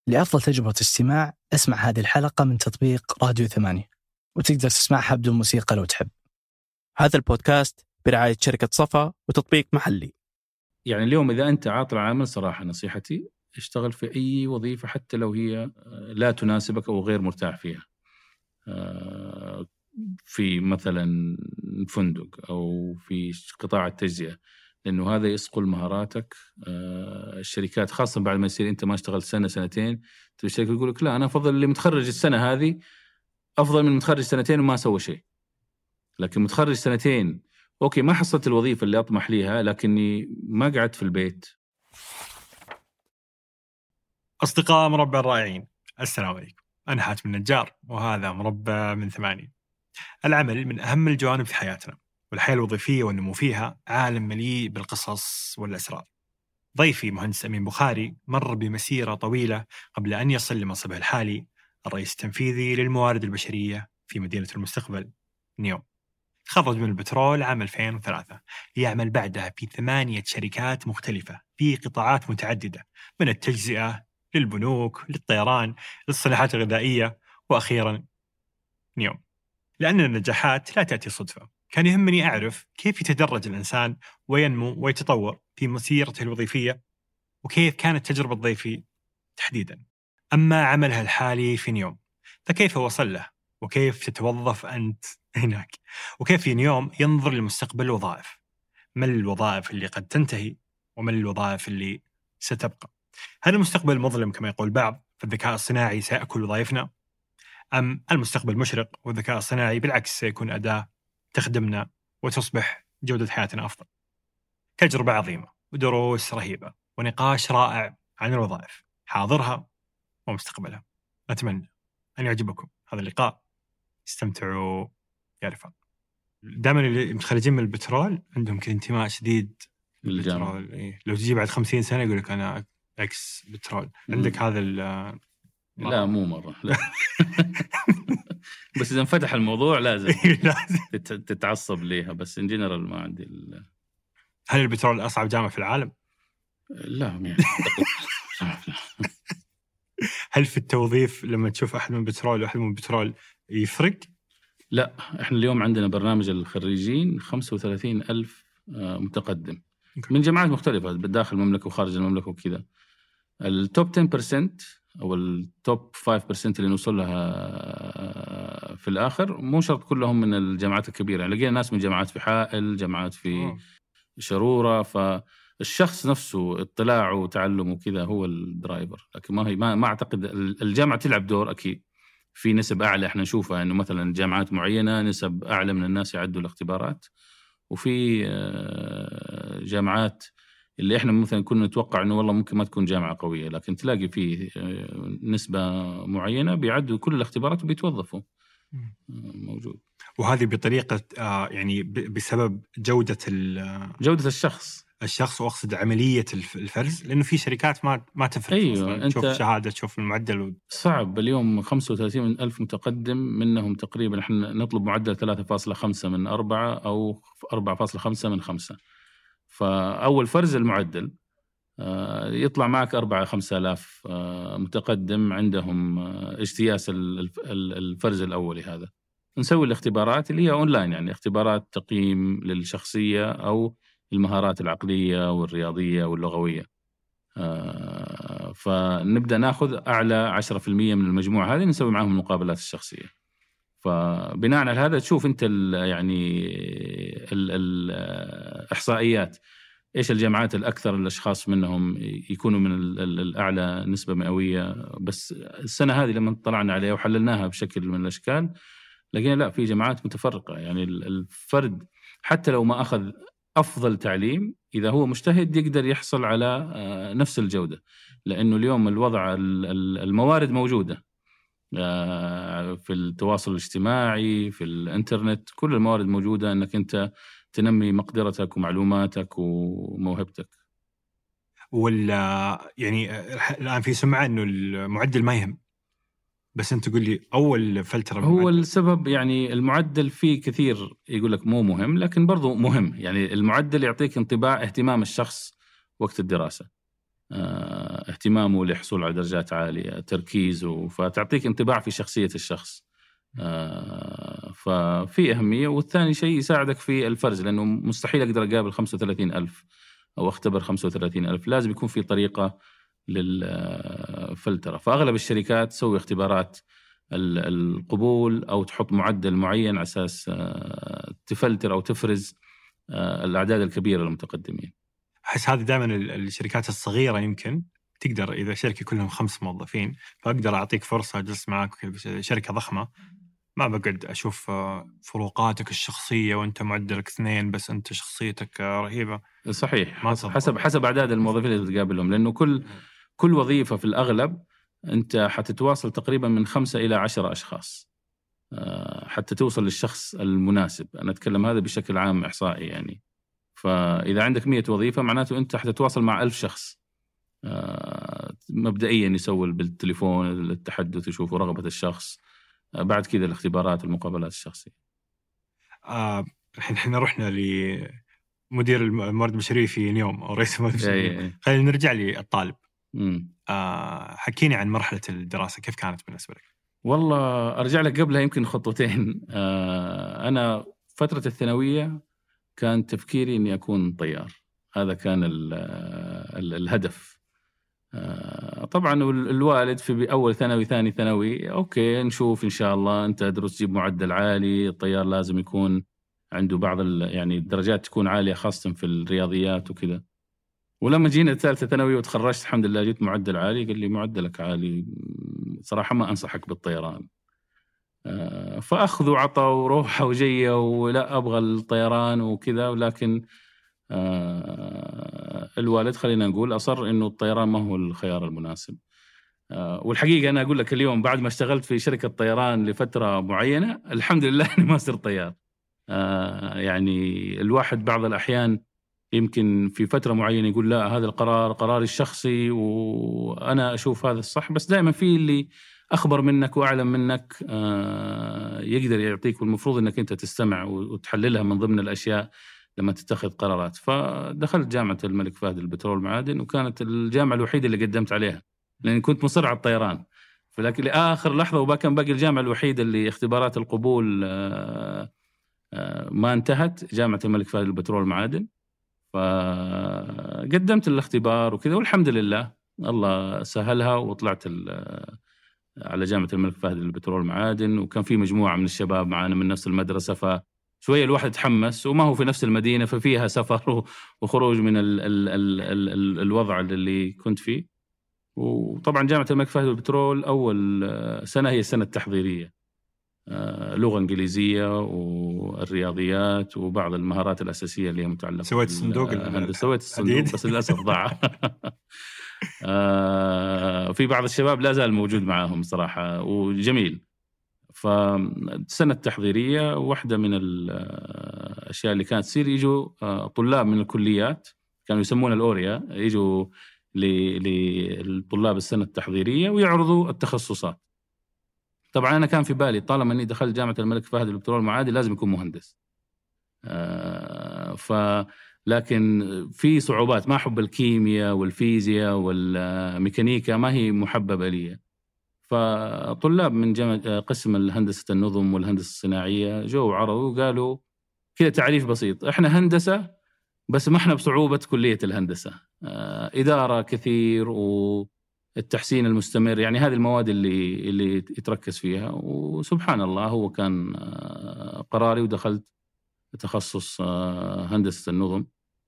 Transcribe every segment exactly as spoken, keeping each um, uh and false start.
لأفضل تجربة استماع اسمع هذه الحلقة من تطبيق راديو ثمانية، وتقدر تسمعها بدون موسيقى لو تحب. هذا البودكاست برعاية شركة صفا وتطبيق محلي. يعني اليوم إذا أنت عاطل عامل، صراحة نصيحتي اشتغل في أي وظيفة حتى لو هي لا تناسبك أو غير مرتاح فيها، في مثلا فندق أو في قطاع التجزئة، لأنه هذا يصقل مهاراتك. الشركات خاصة بعد ما يصير أنت ما اشتغلت سنة سنتين، الشركة يقول لك لا، أنا أفضل اللي متخرج السنة هذه أفضل من متخرج سنتين وما سوى شيء. لكن متخرج سنتين أوكي ما حصلت الوظيفة اللي أطمح ليها، لكني ما قعدت في البيت. أصدقاء مربع الرائعين، السلام عليكم. أنا حاتم النجار وهذا مربع من ثمانية. العمل من أهم الجوانب في حياتنا، والحياة الوظيفية والنمو فيها عالم مليء بالقصص والأسرار. ضيفي مهندس أمين بخاري مر بمسيرة طويلة قبل أن يصل لمنصبه الحالي، الرئيس التنفيذي للموارد البشرية في مدينة المستقبل نيوم. تخرج من البترول عام ألفين وثلاثة، يعمل بعدها في ثمانية شركات مختلفة في قطاعات متعددة، من التجزئة للبنوك للطيران للصناعات الغذائية وأخيرا نيوم. لأن النجاحات لا تأتي صدفة، كان يهمني أعرف كيف يتدرج الإنسان وينمو ويتطور في مسيرته الوظيفية، وكيف كانت تجربة ضيفي تحديدا. أما عملها الحالي في نيوم فكيف وصل له، وكيف تتوظف أنت هناك، وكيف في نيوم ينظر لمستقبل الوظائف، ما الوظائف اللي قد تنتهي وما الوظائف اللي ستبقى. هل المستقبل مظلم كما يقول بعض فالذكاء الصناعي سيأكل وظائفنا، أم المستقبل مشرق والذكاء الصناعي بالعكس سيكون أداة تخدمنا وتصبح جودة حياتنا أفضل؟ تجربة عظيمة ودروس رهيبة ونقاش رائع عن الوظائف، حاضرها ومستقبلها. أتمنى أن يعجبكم هذا اللقاء، استمتعوا يا رفاق. دائما اللي متخرجين من البترول عندهم كذا انتماء شديد للبترول. إيه؟ لو تجي بعد خمسين سنة يقول لك أنا أكس بترول. عندك هذا ال لا مو مرة لا. بس إذا انفتح الموضوع لازم تتعصب ليها، بس إن جنرال ما عندي ال... هل البترول أصعب جامعة في العالم؟ لا يعني. هل في التوظيف لما تشوف أحد من بترول وأحد من بترول يفرق؟ لا، إحنا اليوم عندنا برنامج الخريجين خمسة وثلاثين ألف متقدم من جامعات مختلفة بداخل المملكة وخارج المملكة وكذا. التوب عشرة بالمئة أو التوب خمسة بالمئة اللي نوصل لها في الآخر مو شرط كلهم من الجامعات الكبيرة. يعني لقينا ناس من جامعات في حائل، جامعات في شرورة، فالشخص نفسه اطلاعه وتعلمه وكذا هو الدرايفر. لكن ما هي ما, ما أعتقد الجامعة تلعب دور. أكيد في نسب أعلى احنا نشوفها إنه مثلا جامعات معينة نسب أعلى من الناس يعدوا الاختبارات، وفي جامعات اللي احنا مثلا كنا نتوقع انه والله ممكن ما تكون جامعة قوية، لكن تلاقي فيه نسبة معينة بيعدوا كل الاختبارات وبيتوظفوا موجود. وهذه بطريقة يعني بسبب جودة جودة الشخص الشخص واقصد عملية الفرز، لأنه في شركات ما ما تفرق. أيوة، تشوف شهادة تشوف المعدل صعب. اليوم خمسة وثلاثين ألف متقدم، منهم تقريبا احنا نطلب معدل ثلاثة فاصلة خمسة من أربعة أو أربعة فاصلة خمسة من خمسة. فأول فرز المعدل يطلع معك أربعة خمسة آلاف متقدم عندهم اجتياس الفرز الأولي. هذا نسوي الاختبارات اللي هي أونلاين، يعني اختبارات تقييم للشخصية أو المهارات العقلية والرياضية واللغوية. فنبدأ ناخذ أعلى عشرة في المية من المجموعة هذه نسوي معهم المقابلات الشخصية. فبناء على هذا تشوف أنت ال يعني ال الإحصائيات إيش الجامعات الأكثر الأشخاص منهم يكونوا من الأعلى نسبة مئوية. بس السنة هذه لما طلعنا عليها وحللناها بشكل من الأشكال لقينا لا، في جامعات متفرقة. يعني الفرد حتى لو ما أخذ أفضل تعليم إذا هو مجتهد يقدر يحصل على نفس الجودة، لأنه اليوم الوضع الموارد موجودة في التواصل الاجتماعي في الانترنت، كل الموارد موجودة أنك أنت تنمي مقدرتك ومعلوماتك وموهبتك. ولا يعني الآن في سمعة أنه المعدل ما يهم، بس أنت تقول لي أول فلترة هو المعدل. السبب يعني المعدل فيه كثير يقول لك مو مهم، لكن برضو مهم. يعني المعدل يعطيك انطباع اهتمام الشخص وقت الدراسة. اهتمامه للحصول على درجات عالية، تركيزه، فتعطيك انطباع في شخصية الشخص. ففي أهمية. والثاني شيء يساعدك في الفرز، لأنه مستحيل أقدر أقابل خمسة وثلاثين ألف أو أختبر خمسة وثلاثين ألف، لازم يكون في طريقة للفلترة. فأغلب الشركات تسوي اختبارات القبول أو تحط معدل معين على أساس تفلتر أو تفرز الأعداد الكبيرة للمتقدمين. أحس هذه دائما الشركات الصغيرة يمكن تقدر، إذا شركة كلهم خمس موظفين فأقدر أعطيك فرصة أجلس معك. شركة ضخمة ما بقعد أشوف فروقاتك الشخصية وأنت معدلك اثنين بس أنت شخصيتك رهيبة. صحيح، حسب حسب أعداد الموظفين اللي تقابلهم، لأنه كل كل وظيفة في الأغلب أنت حتتواصل تقريبا من خمسة إلى عشرة أشخاص حتى توصل للشخص المناسب. أنا أتكلم هذا بشكل عام إحصائي يعني. فإذا عندك مية وظيفة معناته أنت حتتواصل مع ألف شخص مبدئيا، يسوي بالتليفون التحدث، يشوفوا رغبة الشخص، بعد كذا الاختبارات المقابلات الشخصية. الحين احنا رحنا لمدير الموارد البشرية في نيوم أو رئيس الموارد البشرية. خلينا نرجع للطالب. آه حكيني عن مرحلة الدراسة، كيف كانت بالنسبة لك؟ والله أرجع لك قبلها يمكن خطوتين. آه أنا فترة الثانوية كان تفكيري إني أكون طيار، هذا كان ال ال الهدف. آه طبعا الوالد في أول ثانوي ثاني ثانوي أوكي نشوف إن شاء الله أنت أدرس تجيب معدل عالي، الطيار لازم يكون عنده بعض يعني الدرجات تكون عالية خاصة في الرياضيات وكذا. ولما جينا الثالثة ثانوي وتخرجت الحمد لله جيت معدل عالي، قال لي معدلك عالي صراحة ما أنصحك بالطيران. آه فأخذ وعطى وروحة وجية ولا أبغى الطيران وكذا، ولكن آه الوالد خلينا نقول أصر إنه الطيران ما هو الخيار المناسب. آه والحقيقة أنا أقول لك اليوم بعد ما اشتغلت في شركة طيران لفترة معينة الحمد لله أني ما صرت طيار. آه يعني الواحد بعض الأحيان يمكن في فترة معينة يقول لا هذا القرار قراري الشخصي وأنا أشوف هذا الصح، بس دائما في اللي أخبر منك وأعلم منك آه يقدر يعطيك، والمفروض أنك أنت تستمع وتحللها من ضمن الأشياء لما تتخذ قرارات. فدخلت جامعة الملك فهد للبترول والمعادن، وكانت الجامعة الوحيدة اللي قدمت عليها لأن كنت مصر على الطيران، فلكن لآخر لحظة وباكن باقي الجامعة الوحيدة اللي اختبارات القبول آه آه ما انتهت، جامعة الملك فهد للبترول والمعادن. فقدمت الاختبار وكذا والحمد لله الله سهلها وطلعت على جامعة الملك فهد للبترول والمعادن، وكان في مجموعة من الشباب معنا من نفس المدرسة، فشوية الواحد تحمس وما هو في نفس المدينة ففيها سفر وخروج من ال ال ال ال ال الوضع اللي كنت فيه. وطبعا جامعة الملك فهد للبترول أول سنة هي السنة التحضيرية، لغة إنجليزية والرياضيات وبعض المهارات الأساسية اللي هي متعلقة. سويت الصندوق سويت الصندوق بس للأسف ضاع. في بعض الشباب لا زال موجود معهم صراحة وجميل. فالسنة التحضيرية واحدة من الأشياء اللي كانت تصير يجوا طلاب من الكليات كانوا يسمون الأوريا، يجوا للطلاب السنة التحضيرية ويعرضوا التخصصات. طبعا أنا كان في بالي طالما أني دخلت جامعة الملك فهد للبترول والمعادن لازم يكون مهندس. آه ف لكن في صعوبات، ما أحب الكيمياء والفيزياء والميكانيكا ما هي محببة لي. فطلاب من جامعة قسم الهندسة النظم والهندسة الصناعية جو عرضوا وقالوا كذا تعريف بسيط، إحنا هندسة بس ما إحنا بصعوبة كلية الهندسة، آه إدارة كثير و التحسين المستمر، يعني هذه المواد اللي اللي يتركز فيها. وسبحان الله هو كان قراري ودخلت تخصص هندسة النظم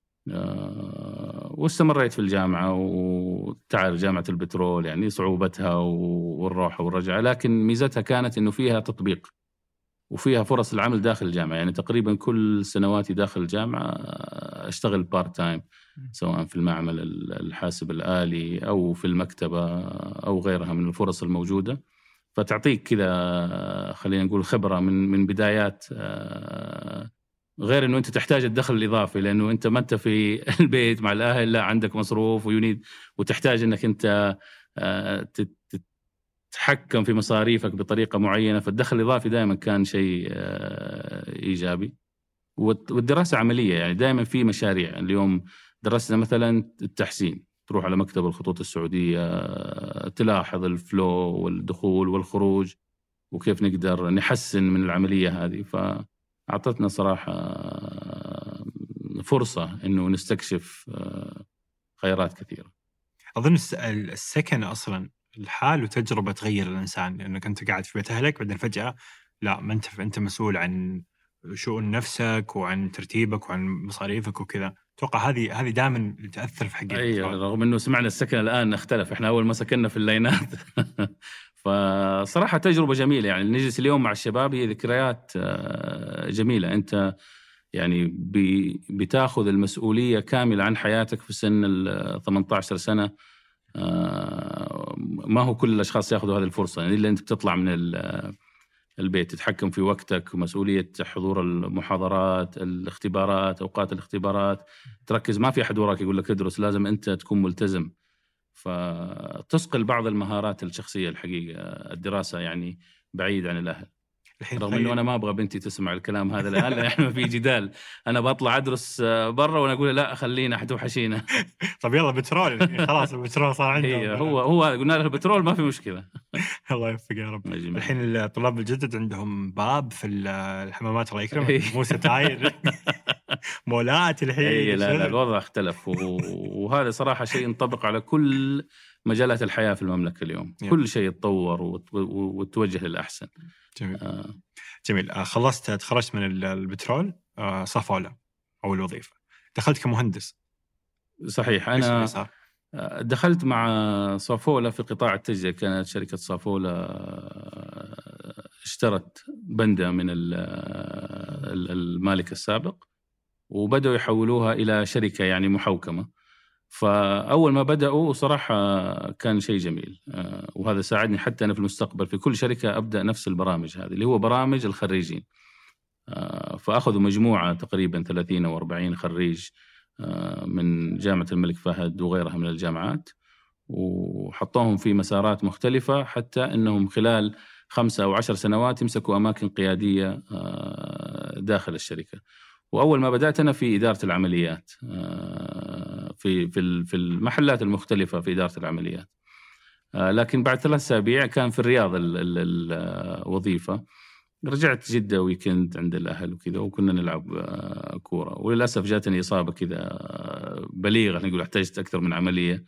واستمريت في الجامعة. وتعرف جامعة البترول يعني صعوبتها والروحة والرجعة، لكن ميزتها كانت إنه فيها تطبيق وفيها فرص العمل داخل الجامعة. يعني تقريبا كل سنواتي داخل الجامعة أشتغل بارت تايم سواء في المعمل الحاسب الآلي أو في المكتبة أو غيرها من الفرص الموجودة، فتعطيك كذا خلينا نقول خبرة من من بدايات، غير إنه أنت تحتاج الدخل الإضافي لأنه أنت ما أنت في البيت مع الأهل، لا عندك مصروف ويونيد وتحتاج إنك أنت تتحكم في مصاريفك بطريقة معينة، فالدخل الإضافي دائما كان شيء إيجابي. والدراسة عملية، يعني دائما في مشاريع. اليوم درسنا مثلا التحسين، تروح على مكتب الخطوط السعودية تلاحظ الفلو والدخول والخروج وكيف نقدر نحسن من العملية هذه. فأعطتنا صراحة فرصة إنه نستكشف خيارات كثيرة. أظن السكن أصلاً الحال وتجربة تغير الإنسان، لأنك أنت قاعد في بيت أهلك بعدين فجأة لا، ما أنت أنت مسؤول عن شؤون نفسك وعن ترتيبك وعن مصاريفك وكذا. أتوقع هذه هذه دائما تأثر في حقيقة. أيوة، رغم إنه سمعنا السكن الآن اختلف، إحنا أول ما سكننا في اللينات فصراحة تجربة جميلة. يعني نجلس اليوم مع الشباب هي ذكريات جميلة. أنت يعني بتاخذ المسؤولية كاملة عن حياتك في سن ال ثمانية عشر سنة. ما هو كل الأشخاص يأخذوا هذه الفرصة، يعني إلا أنت بتطلع من البيت تتحكم في وقتك ومسؤولية حضور المحاضرات، الاختبارات، أوقات الاختبارات، تركز، ما في أحد وراك يقول لك ادرس، لازم أنت تكون ملتزم. فتسقل بعض المهارات الشخصية. الحقيقة الدراسة يعني بعيد عن الأهل، رغم انه انا ما ابغى بنتي تسمع الكلام هذا الان احنا في جدال. انا بطلع ادرس برا وانا اقول لا خلينا حد وحشينا. طب يلا بترول، خلاص البترول صار عندهم. هو هو قلنا له البترول ما في مشكله. الله يوفق يا رب. الحين الطلاب الجدد عندهم باب في الحمامات، الله يكرمك، مو ستاير مولات الحين. اي لا لا الوضع اختلف، وهذا صراحه شيء ينطبق على كل مجالات الحياه في المملكه اليوم. يب. كل شيء يتطور وتوجه للأحسن. جميل. آه. جميل. آه خلصت تخرجت من البترول، آه صافولة أو الوظيفة، دخلت كمهندس. صحيح. أنا دخلت مع صافولة في قطاع التجزئة. كانت شركة صافولة اشترت بندة من المالك السابق وبدأوا يحولوها إلى شركة يعني محوكمة. فأول ما بدأوا صراحة كان شيء جميل، وهذا ساعدني حتى أنا في المستقبل في كل شركة أبدأ نفس البرامج هذه اللي هو برامج الخريجين. فأخذوا مجموعة تقريبا ثلاثين أو أربعين خريج من جامعة الملك فهد وغيرها من الجامعات، وحطوهم في مسارات مختلفة حتى أنهم خلال خمسة أو عشر سنوات يمسكوا أماكن قيادية داخل الشركة. وأول ما بدأت أنا في إدارة العمليات في في في المحلات المختلفة في إدارة العمليات، لكن بعد ثلاث أسابيع كان في الرياض الوظيفة. رجعت جدة ويكند عند الأهل وكذا، وكنا نلعب كورة، وللأسف جاتني إصابة كذا بليغة، نقول احتجت أكثر من عملية،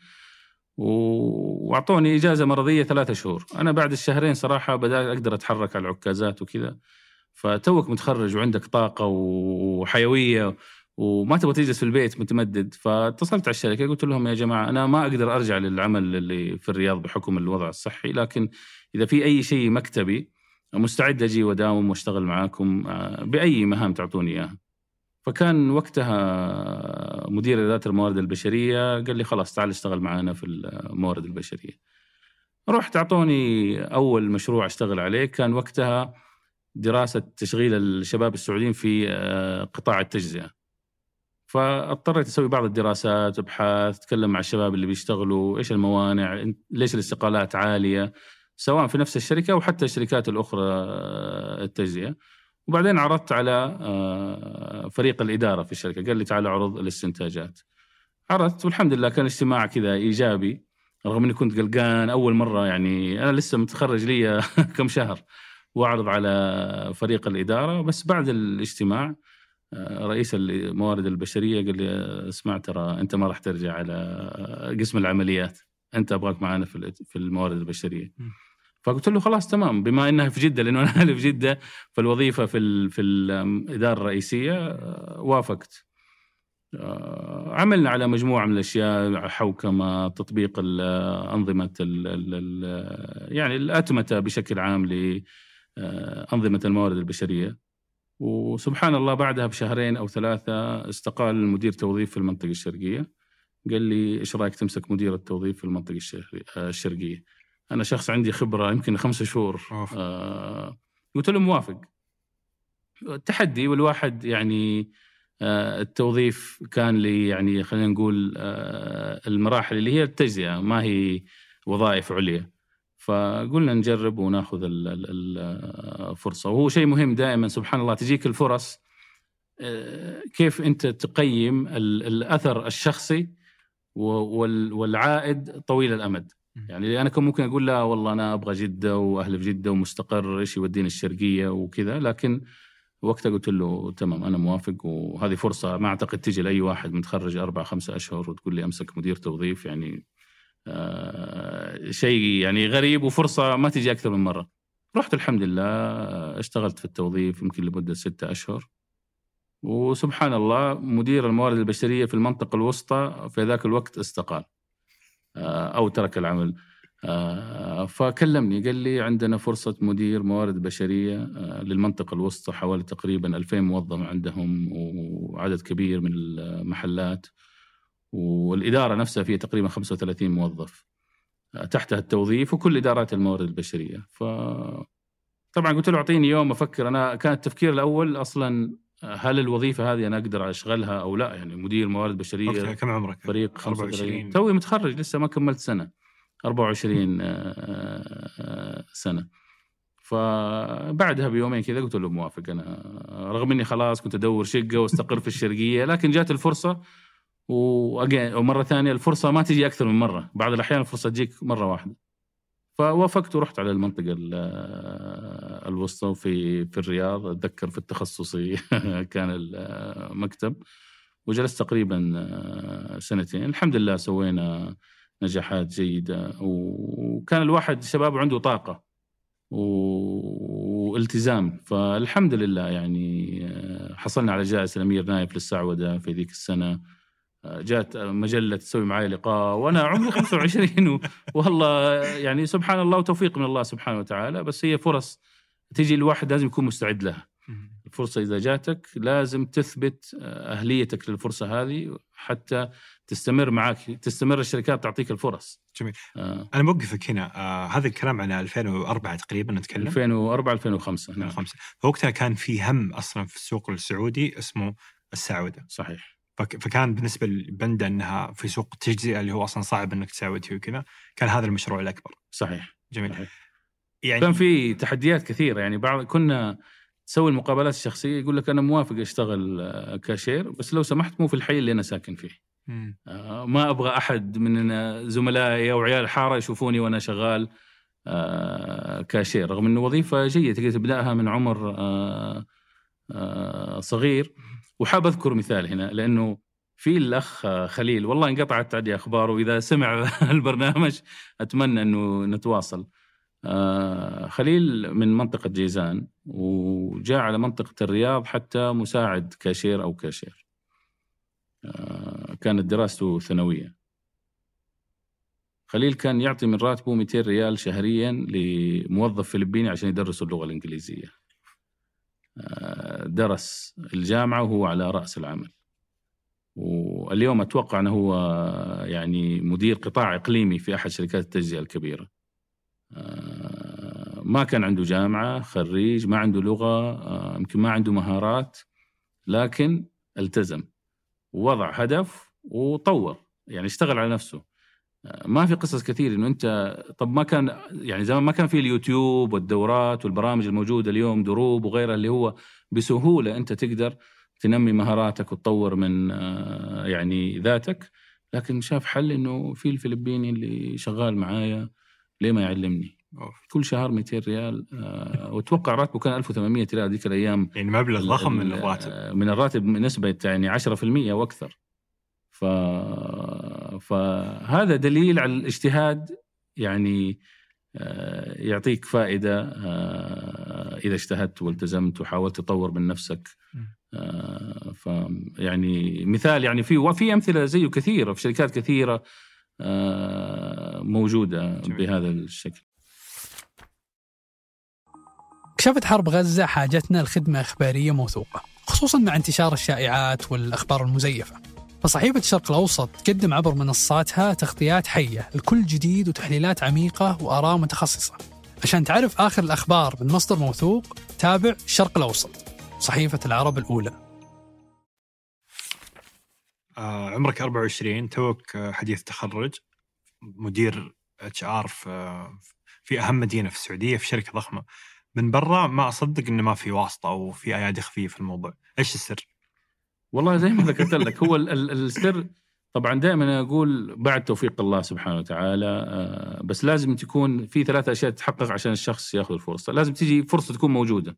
وأعطوني إجازة مرضية ثلاثة شهور. أنا بعد الشهرين صراحة بدأت أقدر أتحرك على العكازات وكذا. فتوك متخرج وعندك طاقة وحيوية وما تبغى تجلس في البيت متمدد. فاتصلت على الشركة قلت لهم يا جماعة أنا ما أقدر أرجع للعمل اللي في الرياض بحكم الوضع الصحي، لكن إذا في أي شيء مكتبي مستعد أجي وداوم واشتغل معاكم بأي مهام تعطوني إياها. فكان وقتها مدير إدارة الموارد البشرية قال لي خلاص تعال اشتغل معنا في الموارد البشرية. رحت أعطوني أول مشروع اشتغل عليه، كان وقتها دراسة تشغيل الشباب السعوديين في قطاع التجزئة. فاضطريت أسوي بعض الدراسات، أبحاث، أتكلم مع الشباب اللي بيشتغلوا إيش الموانع، ليش الاستقالات عالية سواء في نفس الشركة أو حتى الشركات الأخرى التجزئة. وبعدين عرضت على فريق الإدارة في الشركة، قال لي تعال عرض الاستنتاجات. عرضت والحمد لله كان اجتماع كذا إيجابي، رغم أني كنت قلقان أول مرة، يعني أنا لسه متخرج لي كم شهر وأعرض على فريق الإدارة. بس بعد الاجتماع رئيس الموارد البشرية قال لي اسمع ترى أنت ما راح ترجع على قسم العمليات، أنت أبغاك معنا في الموارد البشرية. فقلت له خلاص تمام، بما أنها في جدة، لأنه أنا في جدة فالوظيفة في ال في الإدارة الرئيسية، وافقت. عملنا على مجموعة من الأشياء، حوكمة، تطبيق الأنظمة يعني الأتمتة بشكل عام لأنظمة الموارد البشرية. وسبحان الله بعدها بشهرين أو ثلاثة استقال المدير توظيف في المنطقة الشرقية، قال لي إيش رأيك تمسك مدير التوظيف في المنطقة الشرقية؟ أنا شخص عندي خبرة يمكن خمسة شهور. آه قلت له موافق. التحدي والواحد يعني آه التوظيف كان لي يعني خلينا نقول آه المراحل اللي هي التجزئة، ما هي وظائف عليا. فقلنا نجرب وناخذ الفرصة. وهو شيء مهم دائما سبحان الله تجيك الفرص، كيف أنت تقيم الأثر الشخصي والعائد طويل الأمد. يعني أنا كان ممكن أقول لا والله أنا أبغى جدة وأهل في جدة ومستقر، إيش يوديني الشرقية وكذا، لكن وقتها قلت له تمام أنا موافق، وهذه فرصة ما أعتقد تجي لأي واحد متخرج أربع خمسة أشهر وتقول لي أمسك مدير توظيف، يعني آه شيء يعني غريب وفرصة ما تجي أكثر من مرة. رحت الحمد لله اشتغلت في التوظيف يمكن لمدة ستة أشهر، وسبحان الله مدير الموارد البشرية في المنطقة الوسطى في ذاك الوقت استقال أو ترك العمل. فكلمني قال لي عندنا فرصة مدير موارد بشرية للمنطقة الوسطى، حوالي تقريبا ألفين موظف عندهم وعدد كبير من المحلات، والإدارة نفسها فيها تقريبا خمسة وثلاثين موظف تحتها التوظيف وكل إدارات الموارد البشرية. فطبعا قلت له أعطيني يوم أفكر. أنا كان التفكير الأول أصلا هل الوظيفة هذه أنا أقدر أشغلها أو لا، يعني مدير موارد بشرية. كم عمرك؟ فريق خمسة وعشرين، توي متخرج لسه ما كملت سنة، أربعة وعشرين سنة. فبعدها بيومين كذا قلت له موافق أنا، رغم أني خلاص كنت أدور شقة واستقر في الشرقية، لكن جات الفرصة ومرة ثانية الفرصة ما تجي أكثر من مرة، بعض الأحيان الفرصة تجيك مرة واحدة. فوافقت ورحت على المنطقة الوسطى في في الرياض، أتذكر في التخصصي كان المكتب، وجلست تقريبا سنتين. الحمد لله سوينا نجاحات جيدة، وكان الواحد شباب عنده طاقة والتزام، فالحمد لله يعني حصلنا على جائزة الأمير نايف للسعودة في ذيك السنة. جاءت مجلة تسوي معي لقاء وأنا عمري خمسة وعشرين، والله يعني سبحان الله وتوفيق من الله سبحانه وتعالى. بس هي فرص تيجي الواحد لازم يكون مستعد لها. الفرصة إذا جاتك لازم تثبت أهليتك للفرصة هذه حتى تستمر معك، تستمر الشركات تعطيك الفرص. جميل. آه. أنا موقفك هنا. آه هذا الكلام عن ألفين وأربعة تقريبا نتكلم. ألفين وأربعة ألفين وخمسة. نعم. فوقتها كان في هم أصلا في السوق السعودي اسمه السعودة. صحيح. فكان بالنسبة لبندا أنها في سوق التجزئة اللي هو أصلا صعب أنك تساوي فيه وكذا، كان هذا المشروع الأكبر. صحيح. جميل. صحيح. يعني كان في تحديات كثيرة، يعني بعض كنا تسوي المقابلات الشخصية يقول لك أنا موافق أشتغل كاشير، بس لو سمحت مو في الحي اللي أنا ساكن فيه. آه ما أبغى أحد من زملائي أو عيال الحارة يشوفوني وأنا شغال آه كاشير، رغم أنه وظيفة جيدة تقدر تبدأها من عمر آه آه صغير. وحاب أذكر مثال هنا لأنه في الأخ خليل، والله انقطعت عندي أخباره، إذا سمع البرنامج أتمنى أنه نتواصل. آه خليل من منطقة جيزان وجاء على منطقة الرياض حتى مساعد كاشير أو كاشير. آه كانت دراسته ثانوية. خليل كان يعطي من راتبه مئتين ريال شهريا لموظف فلبيني عشان يدرسوا اللغة الإنجليزية. آه درس الجامعة وهو على رأس العمل، واليوم أتوقع أنه هو يعني مدير قطاع إقليمي في أحد شركات التجزئة الكبيرة. ما كان عنده جامعة، خريج، ما عنده لغة، يمكن ما عنده مهارات، لكن التزم ووضع هدف وطور، يعني اشتغل على نفسه. ما في قصص كثير إنه أنت طب ما كان يعني زمان ما كان في اليوتيوب والدورات والبرامج الموجودة اليوم، دروب وغيرها، اللي هو بسهولة أنت تقدر تنمي مهاراتك وتطور من يعني ذاتك. لكن شاف حل إنه في الفلبيني اللي شغال معايا ليه ما يعلمني؟ كل شهر مئتين ريال، أه وتوقع راتبه كان ألف وثمانمئة ريال ذيك الأيام، يعني مبلغ ضخم من الراتب، من الراتب نسبة يعني عشرة في المئة وأكثر. ف... فهذا دليل على الاجتهاد، يعني أه يعطيك فائدة أه إذا اجتهدت والتزمت وحاولت تطور من نفسك. أه ف يعني مثال، يعني في وفي أمثلة زيه كثيرة في شركات كثيرة موجودة بهذا الشكل. كشفت حرب غزة حاجتنا لخدمة إخبارية موثوقة، خصوصاً مع انتشار الشائعات والأخبار المزيفة. فصحيفة الشرق الأوسط تقدم عبر منصاتها تغطيات حية لكل جديد وتحليلات عميقة وآراء متخصصة. عشان تعرف آخر الأخبار من مصدر موثوق، تابع الشرق الأوسط، صحيفة العرب الأولى. آه عمرك أربعة وعشرين، توك حديث تخرج، مدير اتش ار في, في أهم مدينة في السعودية في شركة ضخمة. من برا ما أصدق إنه ما في واسطة أو في أيادي خفية في الموضوع. إيش السر؟ والله زي ما ذكرت لك، هو ال ال السر طبعا دائما أقول بعد توفيق الله سبحانه وتعالى، بس لازم تكون في ثلاثة أشياء تتحقق عشان الشخص يأخذ الفرصة. لازم تيجي فرصة تكون موجودة،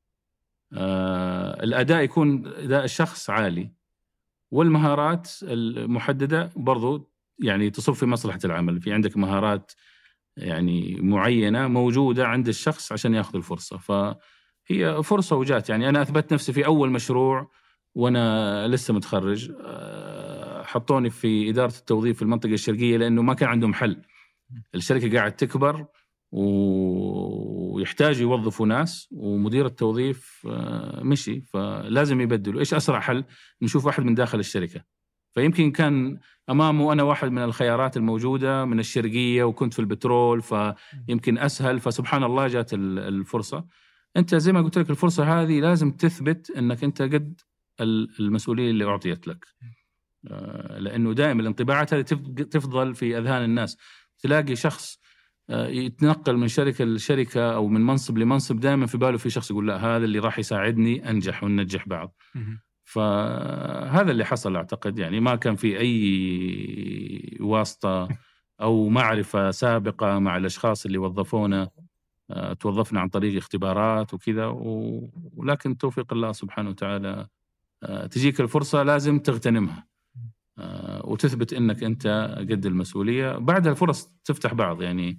الأداء يكون أداء الشخص عالي، والمهارات المحددة برضو يعني تصب في مصلحة العمل. في عندك مهارات يعني معينة موجودة عند الشخص عشان يأخذ الفرصة، فهي فرصة وجات. يعني أنا أثبت نفسي في أول مشروع وأنا لسه متخرج، حطوني في إدارة التوظيف في المنطقة الشرقية لأنه ما كان عندهم حل. الشركة قاعد تكبر ويحتاجوا يوظفوا ناس، ومدير التوظيف مشي، فلازم يبدلوا. إيش أسرع حل؟ نشوف واحد من داخل الشركة. فيمكن كان أمامه أنا واحد من الخيارات الموجودة من الشرقية، وكنت في البترول فيمكن أسهل، فسبحان الله جات الفرصة. أنت زي ما قلت لك الفرصة هذه لازم تثبت أنك أنت قد المسؤولية اللي أعطيت لك، لأنه دائما الانطباعات هذه تفضل في أذهان الناس. تلاقي شخص يتنقل من شركة لشركة أو من منصب لمنصب، دائما في باله في شخص يقول لا هذا اللي راح يساعدني أنجح وننجح بعض. فهذا اللي حصل أعتقد. يعني ما كان في أي واسطة أو معرفة سابقة مع الأشخاص اللي وظفونا. توظفنا عن طريق اختبارات وكذا، ولكن توفيق الله سبحانه وتعالى تجيك الفرصة لازم تغتنمها وتثبت أنك أنت قد المسؤولية. بعدها الفرص تفتح بعض. يعني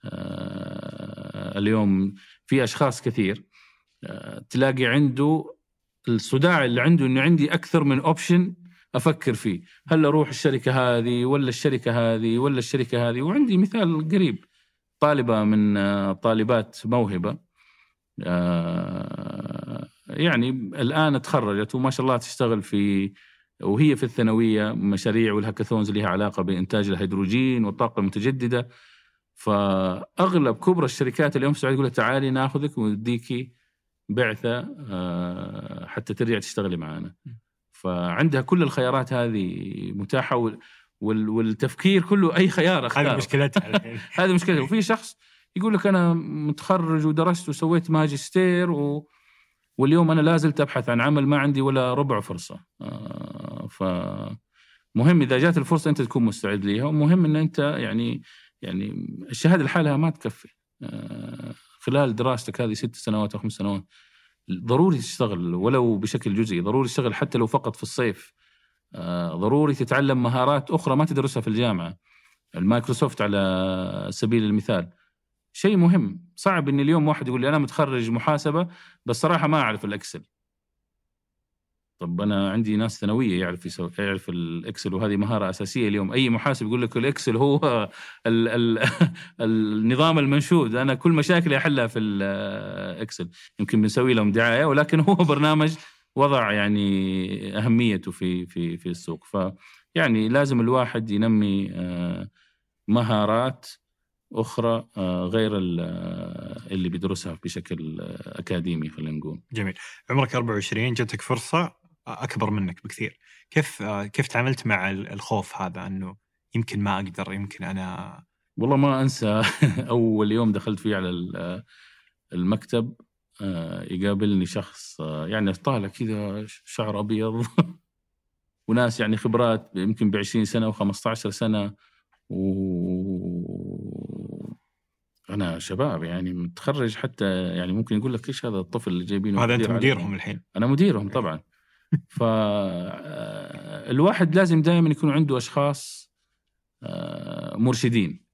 اليوم في أشخاص كثير تلاقي عنده الصداع اللي عنده أنه عندي أكثر من أوبشن أفكر فيه، هل أروح الشركة هذه ولا الشركة هذه ولا الشركة هذه. وعندي مثال قريب، طالبة من طالبات موهبة يعني الآن تخرجت وما شاء الله تشتغل في، وهي في الثانوية، مشاريع والهاكاثونز اللي لها علاقة بإنتاج الهيدروجين والطاقة المتجددة. فأغلب كبرى الشركات اليوم في السعودية يقول تعالي ناخذك ونديكي بعثة حتى ترجع تشتغلي معنا. فعندها كل الخيارات هذه متاحة، والتفكير كله أي خيار أختار. هذه مشكلتها. هذه مشكلتها. وفي شخص يقول لك أنا متخرج ودرست وسويت ماجستير و... واليوم أنا لازلت أبحث عن عمل، ما عندي ولا ربع فرصة. آه فمهم إذا جات الفرصة أنت تكون مستعد ليها، ومهم أن أنت يعني يعني الشهادة لحالها ما تكفي. آه خلال دراستك هذه ست سنوات أو خمس سنوات ضروري تشتغل ولو بشكل جزئي، ضروري تشتغل حتى لو فقط في الصيف. آه ضروري تتعلم مهارات أخرى ما تدرسها في الجامعة. المايكروسوفت على سبيل المثال شيء مهم. صعب إن اليوم واحد يقول لي أنا متخرج محاسبة بس صراحة ما أعرف الأكسل. طب أنا عندي ناس ثانوية يعرف يسوي يعرف الأكسل، وهذه مهارة أساسية اليوم. أي محاسب يقول لك الأكسل هو ال ال النظام المنشود. أنا كل مشاكلي أحلها في الأكسل. يمكن بنسوي لهم دعاية، ولكن هو برنامج وضع يعني أهميته في في في السوق. فيعني لازم الواحد ينمي مهارات أخرى غير اللي بيدرسها بشكل أكاديمي خلينا نقول. جميل. عمرك أربعة وعشرين، جاتك فرصة أكبر منك بكثير، كيف كيف تعاملت مع الخوف هذا أنه يمكن ما أقدر، يمكن أنا؟ والله ما أنسى أول يوم دخلت فيه على المكتب يقابلني شخص يعني طالع كذا شعر أبيض وناس يعني خبرات يمكن بعشرين سنة وخمسة عشر سنة، وأنا شباب يعني متخرج حتى. يعني ممكن يقول لك إيش هذا الطفل اللي جايبينه؟ هذا أنت مديرهم الحين؟ أنا مديرهم طبعا. فالواحد لازم دائما يكون عنده أشخاص مرشدين.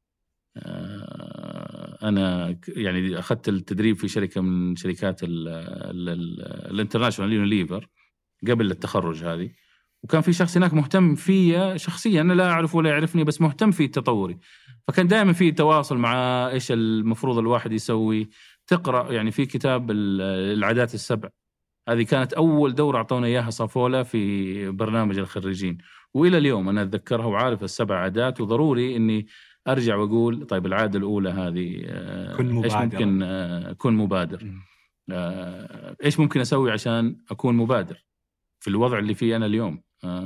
أنا يعني أخذت التدريب في شركة من شركات الانترناشونال يونيليفر قبل التخرج هذه، وكان في شخص هناك مهتم فيا شخصيا، أنا لا أعرف ولا يعرفني بس مهتم في تطوري. فكان دائما في تواصل مع إيش المفروض الواحد يسوي. تقرأ يعني في كتاب العادات السبع، هذه كانت أول دورة أعطونا إياها صافولا في برنامج الخريجين، وإلى اليوم أنا أتذكرها وعارف السبع عادات. وضروري إني أرجع وأقول طيب العادة الأولى هذه إيش ممكن أكون مبادر، إيش ممكن أسوي عشان أكون مبادر في الوضع اللي فيه أنا اليوم.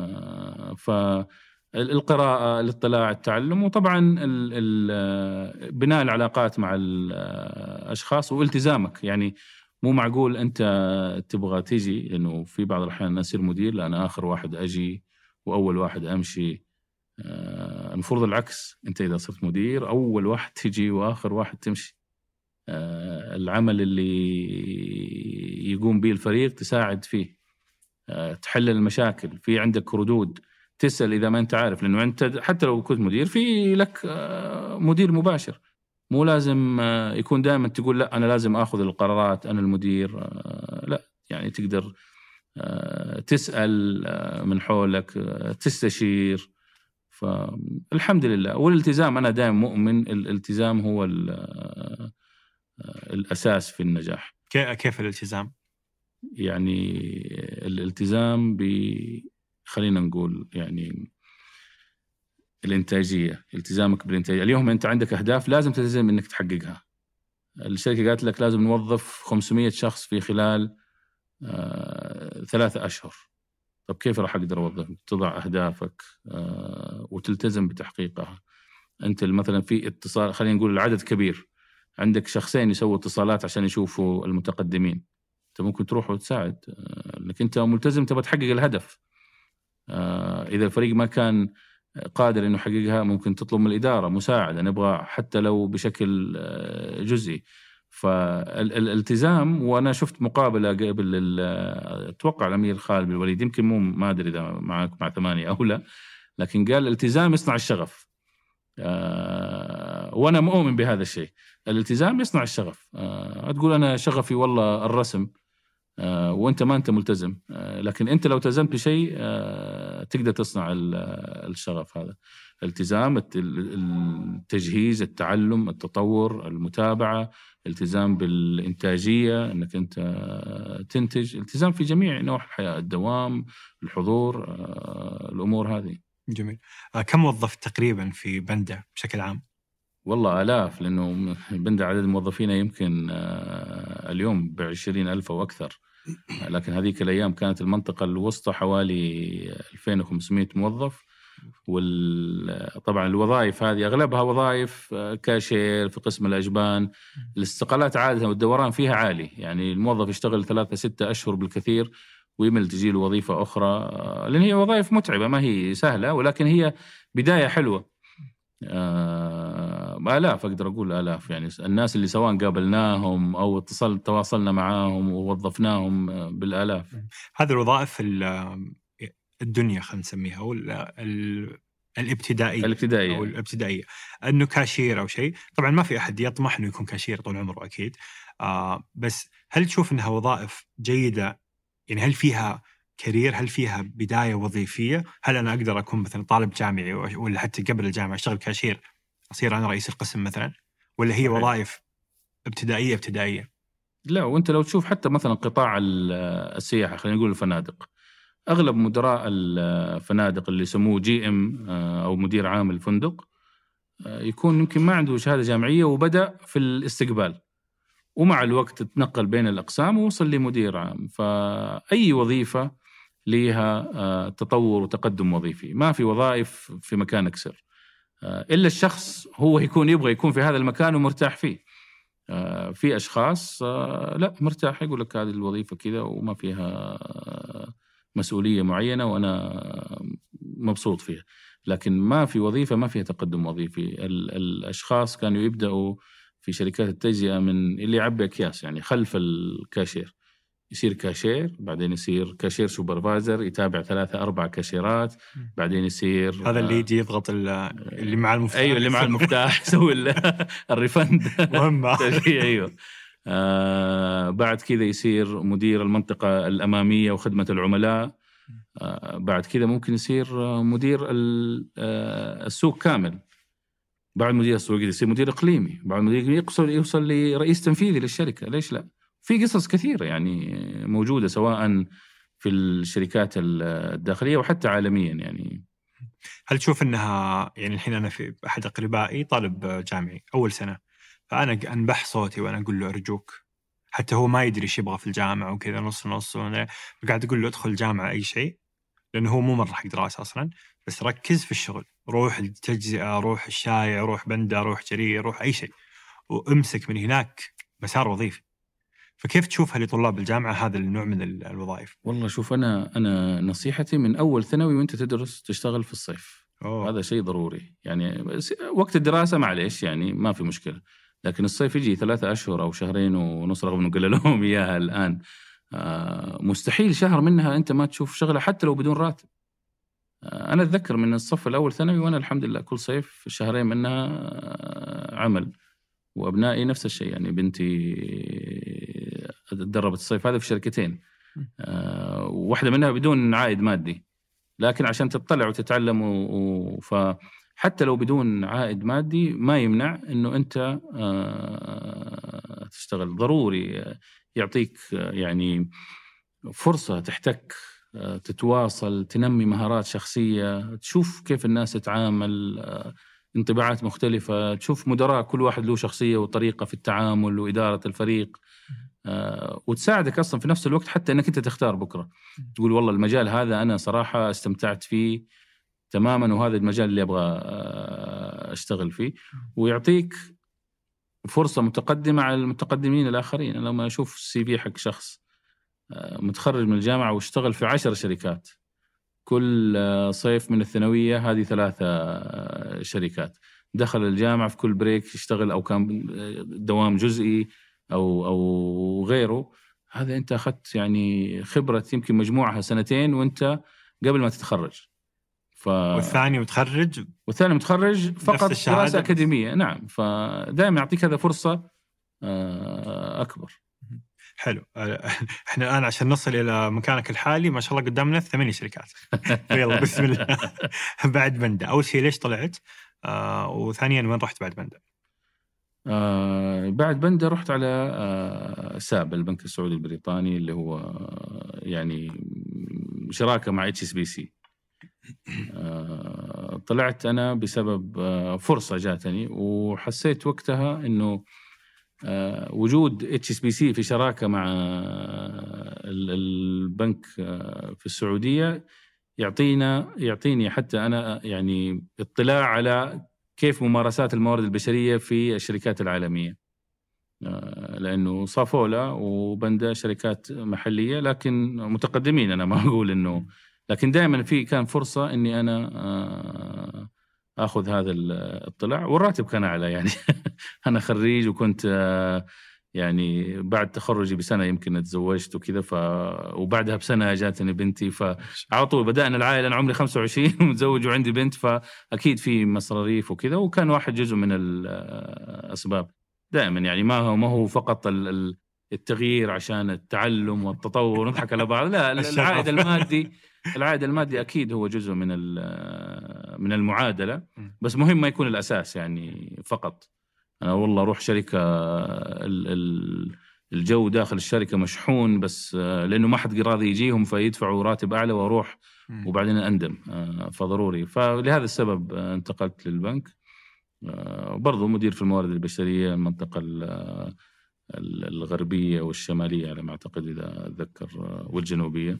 فالقراءة، الاطلاع، التعلم، وطبعا بناء العلاقات مع الأشخاص والتزامك. يعني مو معقول أنت تبغى تيجي، إنه في بعض الأحيان أصير مدير لا أنا آخر واحد أجي وأول واحد أمشي. المفروض العكس، أنت إذا صرت مدير أول واحد تجي وآخر واحد تمشي. العمل اللي يقوم به الفريق تساعد فيه، تحل المشاكل، في عندك ردود، تسأل إذا ما أنت عارف، لأنه أنت حتى لو كنت مدير في لك مدير مباشر، مو لازم يكون دائما تقول لا أنا لازم أخذ القرارات أنا المدير، لا يعني تقدر تسأل من حولك، تستشير. فالحمد لله. والالتزام أنا دائما مؤمن الالتزام هو الأساس في النجاح. كيف الالتزام؟ يعني الالتزام ب خلينا نقول يعني الإنتاجية، التزامك بالإنتاجية. اليوم أنت عندك أهداف لازم تلتزم إنك تحققها. الشركة قالت لك لازم نوظف خمسمية شخص في خلال آه ثلاثة أشهر. طب كيف راح أقدر أوظف؟ تضع أهدافك آه وتلتزم بتحقيقها. أنت مثلا في اتصال، خلينا نقول العدد كبير، عندك شخصين يسووا اتصالات عشان يشوفوا المتقدمين، أنت ممكن تروح وتساعد آه لأنك أنت ملتزم تبغى تحقق الهدف. آه إذا الفريق ما كان قادر إنه يحققها ممكن تطلب من الإدارة مساعدة، نبغى حتى لو بشكل آه جزئي. فالالتزام، وأنا شفت مقابلة قبل أتوقع الأمير خالد بن الوليد، يمكن مو ما أدري إذا معك مع ثمانية أو لا، لكن قال الالتزام يصنع الشغف. آه وأنا مؤمن بهذا الشيء، الالتزام يصنع الشغف. آه تقول أنا شغفي والله الرسم، آه وأنت ما أنت ملتزم، آه لكن أنت لو التزمت بشيء آه تقدر تصنع الشغف هذا. الالتزام، التجهيز، التعلم، التطور، المتابعة، التزام بالإنتاجية، أنك أنت تنتج، التزام في جميع نواحي الحياة، الدوام، الحضور، آه الأمور هذه. جميل. آه كم موظف تقريبا في بندا بشكل عام؟ والله آلاف، لأنه بندا عدد موظفين يمكن آه اليوم بعشرين ألف أو أكثر، لكن هذيك الأيام كانت المنطقة الوسطى حوالي ألفين وخمسمية موظف. وطبعا الوظائف هذه أغلبها وظائف كاشير في قسم الأجبان. الاستقالات عادة والدوران فيها عالي، يعني الموظف يشتغل ثلاثة ستة أشهر بالكثير ويمل تجي له وظيفة أخرى، لأن هي وظائف متعبة ما هي سهلة، ولكن هي بداية حلوة. آلاف، أقدر أقول آلاف، يعني الناس اللي سواء قابلناهم أو اتصل تواصلنا معاهم ووظفناهم بالآلاف. هذه الوظائف الدنيا خلينا نسميها، أو الابتدائية الابتدائية أو الابتدائية، أنه كاشير أو شيء. طبعا ما في أحد يطمح أنه يكون كاشير طول عمره أكيد، آه بس هل تشوف أنها وظائف جيدة؟ يعني هل فيها كارير؟ هل فيها بداية وظيفية؟ هل أنا أقدر أكون مثلا طالب جامعي ولا حتى قبل الجامعة أشتغل كاشير أصير أنا رئيس القسم مثلا، ولا هي وظائف ابتدائية ابتدائية؟ لا، وأنت لو تشوف حتى مثلا قطاع السياحة، خلينا نقول الفنادق، أغلب مدراء الفنادق اللي يسموه جي إم أو مدير عام الفندق يكون يمكن ما عنده شهادة جامعية وبدأ في الاستقبال، ومع الوقت تنقل بين الأقسام ووصل لمدير عام. فأي وظيفة لها تطور وتقدم وظيفي، ما في وظائف في مكانك سر، إلا الشخص هو يكون يبغى يكون في هذا المكان ومرتاح فيه. في أشخاص لا مرتاح، يقول لك هذه الوظيفة كذا وما فيها مسؤولية معينة وأنا مبسوط فيها، لكن ما في وظيفة ما فيها تقدم وظيفي. الأشخاص كانوا يبدأوا في شركات التجزئة من اللي يعبي أكياس، يعني خلف الكاشير، يصير كاشير، بعدين يصير كاشير سوبرفايزر، يتابع ثلاثة أربعة كاشيرات، بعدين يصير هذا اللي يجي يضغط اللي مع المفتاح. أيوة اللي مع المفتاح يسوي الريفند مهمة. أيوة. آه بعد كذا يصير مدير المنطقة الأمامية وخدمة العملاء. آه بعد كذا ممكن يصير مدير السوق كامل. بعد مدير السوق يصير مدير إقليمي. بعد مدير يوصل يوصل لرئيس تنفيذي للشركة. ليش لا؟ في قصص كثيرة يعني موجودة سواء في الشركات الداخلية وحتى عالميا. يعني هل تشوف أنها يعني الحين أنا في أحد أقربائي طالب جامعي أول سنة، فأنا أنبح صوتي وأنا أقول له أرجوك، حتى هو ما يدري إيش يبغى في الجامعة وكذا نص نص، قاعد أقول له أدخل جامعة أي شيء، لأنه هو مو مرة حق دراسة أصلا، بس ركز في الشغل، روح التجزئة، روح الشايع، روح بندا، روح جرير، روح أي شيء، وامسك من هناك مسار وظيفي. فكيف تشوفها لطلاب الجامعة هذا النوع من الوظائف؟ والله شوف، أنا أنا نصيحتي من أول ثانوي وأنت تدرس تشتغل في الصيف، أوه. هذا شيء ضروري يعني. وقت الدراسة معليش يعني ما في مشكلة، لكن الصيف يجي ثلاثة أشهر أو شهرين ونص رغم أنه قللوهم إياها الآن. آه مستحيل شهر منها أنت ما تشوف شغلة حتى لو بدون راتب. آه أنا أتذكر من الصف الأول ثانوي وأنا الحمد لله كل صيف شهرين منها آه عمل، وأبنائي نفس الشيء يعني. بنتي تدربت الصيف هذا في شركتين، آه واحدة منها بدون عائد مادي، لكن عشان تطلع وتتعلم و... و... فحتى لو بدون عائد مادي ما يمنع أنه أنت آه تشتغل. ضروري يعطيك يعني فرصة تحتك، آه تتواصل، تنمي مهارات شخصية، تشوف كيف الناس تتعامل، آه انطباعات مختلفة، تشوف مدراء كل واحد له شخصية وطريقة في التعامل وإدارة الفريق، آه وتساعدك أصلا في نفس الوقت حتى أنك أنت تختار بكرة، تقول والله المجال هذا أنا صراحة استمتعت فيه تماما وهذا المجال اللي أبغى آه أشتغل فيه. ويعطيك فرصة متقدمة على المتقدمين الآخرين. لما أشوف السي في حق شخص آه متخرج من الجامعة واشتغل في عشر شركات، كل صيف من الثانوية هذه ثلاثة شركات، دخل الجامعة في كل بريك يشتغل أو كان دوام جزئي أو أو غيره، هذا أنت أخذت يعني خبرة يمكن مجموعها سنتين وأنت قبل ما تتخرج. ف... والثاني متخرج والثاني متخرج فقط دراسة أكاديمية. نعم، فدائما يعطيك هذا فرصة أكبر. حلو. احنا الآن عشان نصل إلى مكانك الحالي ما شاء الله قدامنا ثمانية شركات. يلا بسم الله. بعد بندا، أول شيء ليش طلعت؟ آه وثانيا وين رحت بعد بندا؟ آه بعد بندا رحت على آه ساب البنك السعودي البريطاني اللي هو آه يعني شراكة مع اتش اس بي سي. آه طلعت أنا بسبب آه فرصة جاتني، وحسيت وقتها إنه Uh, وجود اتش اس بي سي في شراكة مع البنك uh, في السعودية يعطينا يعطيني حتى أنا يعني اطلاع على كيف ممارسات الموارد البشرية في الشركات العالمية، uh, لأنه صافولا وبندا شركات محلية لكن متقدمين. أنا ما أقول إنه، لكن دائما في كان فرصة إني أنا uh, أخذ هذا الاطلاع، والراتب كان أعلى يعني. أنا خريج وكنت يعني بعد تخرجي بسنة يمكن تزوجت وكذا، ف وبعدها بسنة جاتني بنتي، فعلى طول بدأنا العائلة. أنا عمري خمسة وعشرين ومتزوج وعندي بنت، فأكيد في مصاريف وكذا، وكان واحد جزء من الأسباب دائما يعني. ما هو ما هو فقط التغيير عشان التعلم والتطور ونضحك على بعض، لا، العائد المادي العائد المادي أكيد هو جزء من من المعادلة، بس مهم ما يكون الأساس يعني فقط. أنا والله أروح شركة الجو داخل الشركة مشحون بس لأنه ما حد راضي يجيهم فيدفعوا راتب أعلى وأروح وبعدين أندم، فضروري. فلهذا السبب انتقلت للبنك. برضو مدير في الموارد البشرية المنطقة الغربية والشمالية على ما أعتقد إذا أتذكر، والجنوبية.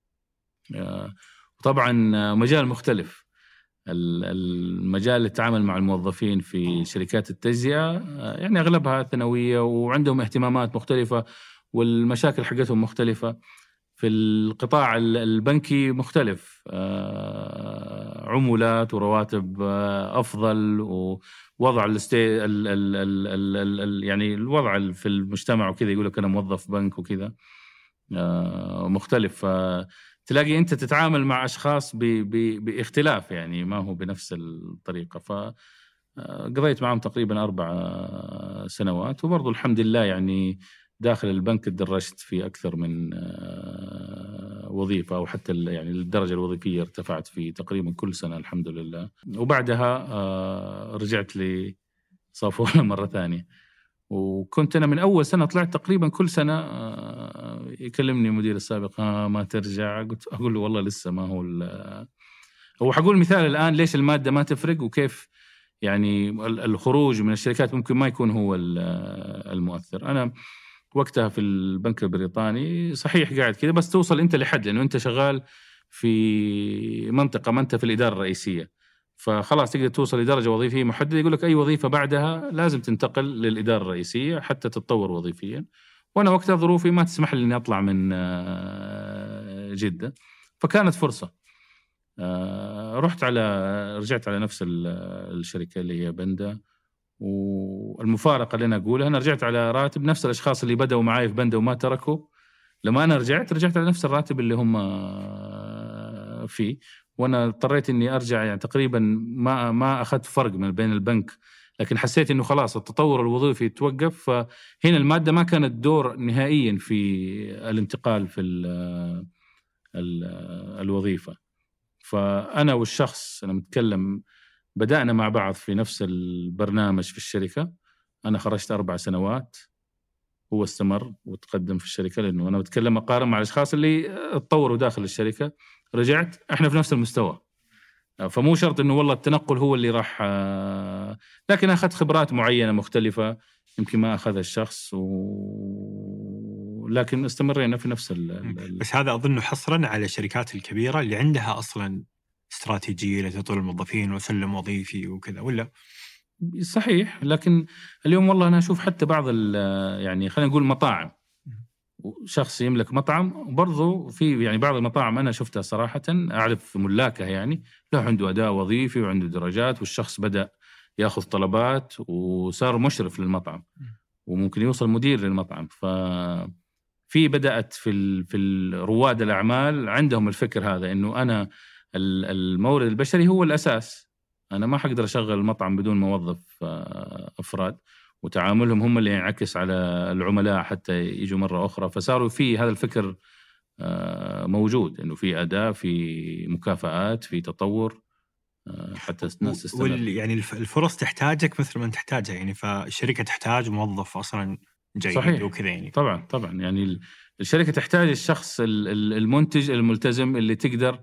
طبعا مجال مختلف، المجال اللي تعامل مع الموظفين في شركات التجزئة يعني أغلبها ثانوية وعندهم اهتمامات مختلفة والمشاكل حقتهم مختلفة. في القطاع البنكي مختلف، عمولات ورواتب أفضل، ووضع الاستي ال ال ال ال ال يعني الوضع في المجتمع وكذا، يقول لك أنا موظف بنك وكذا مختلف. تلاقي أنت تتعامل مع أشخاص ب ب باختلاف يعني، ما هو بنفس الطريقة. فقضيت معهم تقريبا أربع سنوات، وبرضو الحمد لله يعني داخل البنك تدرجت في أكثر من وظيفة، أو حتى يعني الدرجة الوظيفية ارتفعت في تقريبا كل سنة الحمد لله. وبعدها رجعت لصافولا مرة ثانية، وكنت أنا من أول سنة طلعت تقريبا كل سنة يكلمني مدير السابق ها ما ترجع، قلت أقول له والله لسه ما هو هو حقول مثال الآن ليش المادة ما تفرق وكيف يعني الخروج من الشركات ممكن ما يكون هو المؤثر. أنا وقتها في البنك البريطاني صحيح قاعد كذا، بس توصل أنت لحد لأنه أنت شغال في منطقة ما أنت في الإدارة الرئيسية، فخلاص تقدر توصل لدرجة وظيفية محددة، يقول لك أي وظيفة بعدها لازم تنتقل للإدارة الرئيسية حتى تتطور وظيفيا. وأنا وقتها ظروفي ما تسمح لي أني أطلع من جدة، فكانت فرصة آه رحت على رجعت على نفس الشركة اللي هي بندا. والمفارقة اللي أنا أقولها، أنا رجعت على راتب نفس الأشخاص اللي بدأوا معاي في بندا وما تركوا. لما أنا رجعت رجعت على نفس الراتب اللي هم فيه، وأنا اضطريت إني أرجع يعني تقريبا ما ما أخذت فرق من بين البنك، لكن حسيت إنه خلاص التطور الوظيفي توقف. فهنا المادة ما كانت دور نهائيا في الانتقال في ال ال الوظيفة. فأنا والشخص أنا متكلم بدأنا مع بعض في نفس البرنامج في الشركة. أنا خرجت أربع سنوات، هو استمر وتقدم في الشركة، لأنه أنا بتكلم أقارن مع الأشخاص اللي اتطوروا داخل الشركة. رجعت إحنا في نفس المستوى، فمو شرط إنه والله التنقل هو اللي راح، لكن أخذت خبرات معينة مختلفة يمكن ما أخذها الشخص، و... لكن استمرينا في نفس ال... بس هذا أظنه حصرا على الشركات الكبيرة اللي عندها أصلا استراتيجية لتطوير الموظفين وسلم وظيفي وكذا، ولا؟ صحيح، لكن اليوم والله أنا أشوف حتى بعض يعني خلينا نقول مطاعم، شخص يملك مطعم برضو في يعني بعض المطاعم أنا شفتها صراحة، أعرف ملاكها يعني له عنده أداء وظيفي وعنده درجات، والشخص بدأ يأخذ طلبات وصار مشرف للمطعم وممكن يوصل مدير للمطعم. ففي بدأت في في رواد الأعمال عندهم الفكر هذا، إنه أنا المورد البشري هو الأساس، أنا ما حقدر أشغل المطعم بدون موظف أفراد، وتعاملهم هم اللي ينعكس على العملاء حتى يجوا مرة أخرى. فصاروا في هذا الفكر موجود، إنه في أداء، في مكافآت، في تطور حتى الناس تستمر. يعني الفرص تحتاجك مثل ما تحتاجها يعني، فالشركة تحتاج موظف أصلا جيد. صحيح. وكذا يعني. طبعا طبعا يعني الشركة تحتاج الشخص المنتج الملتزم اللي تقدر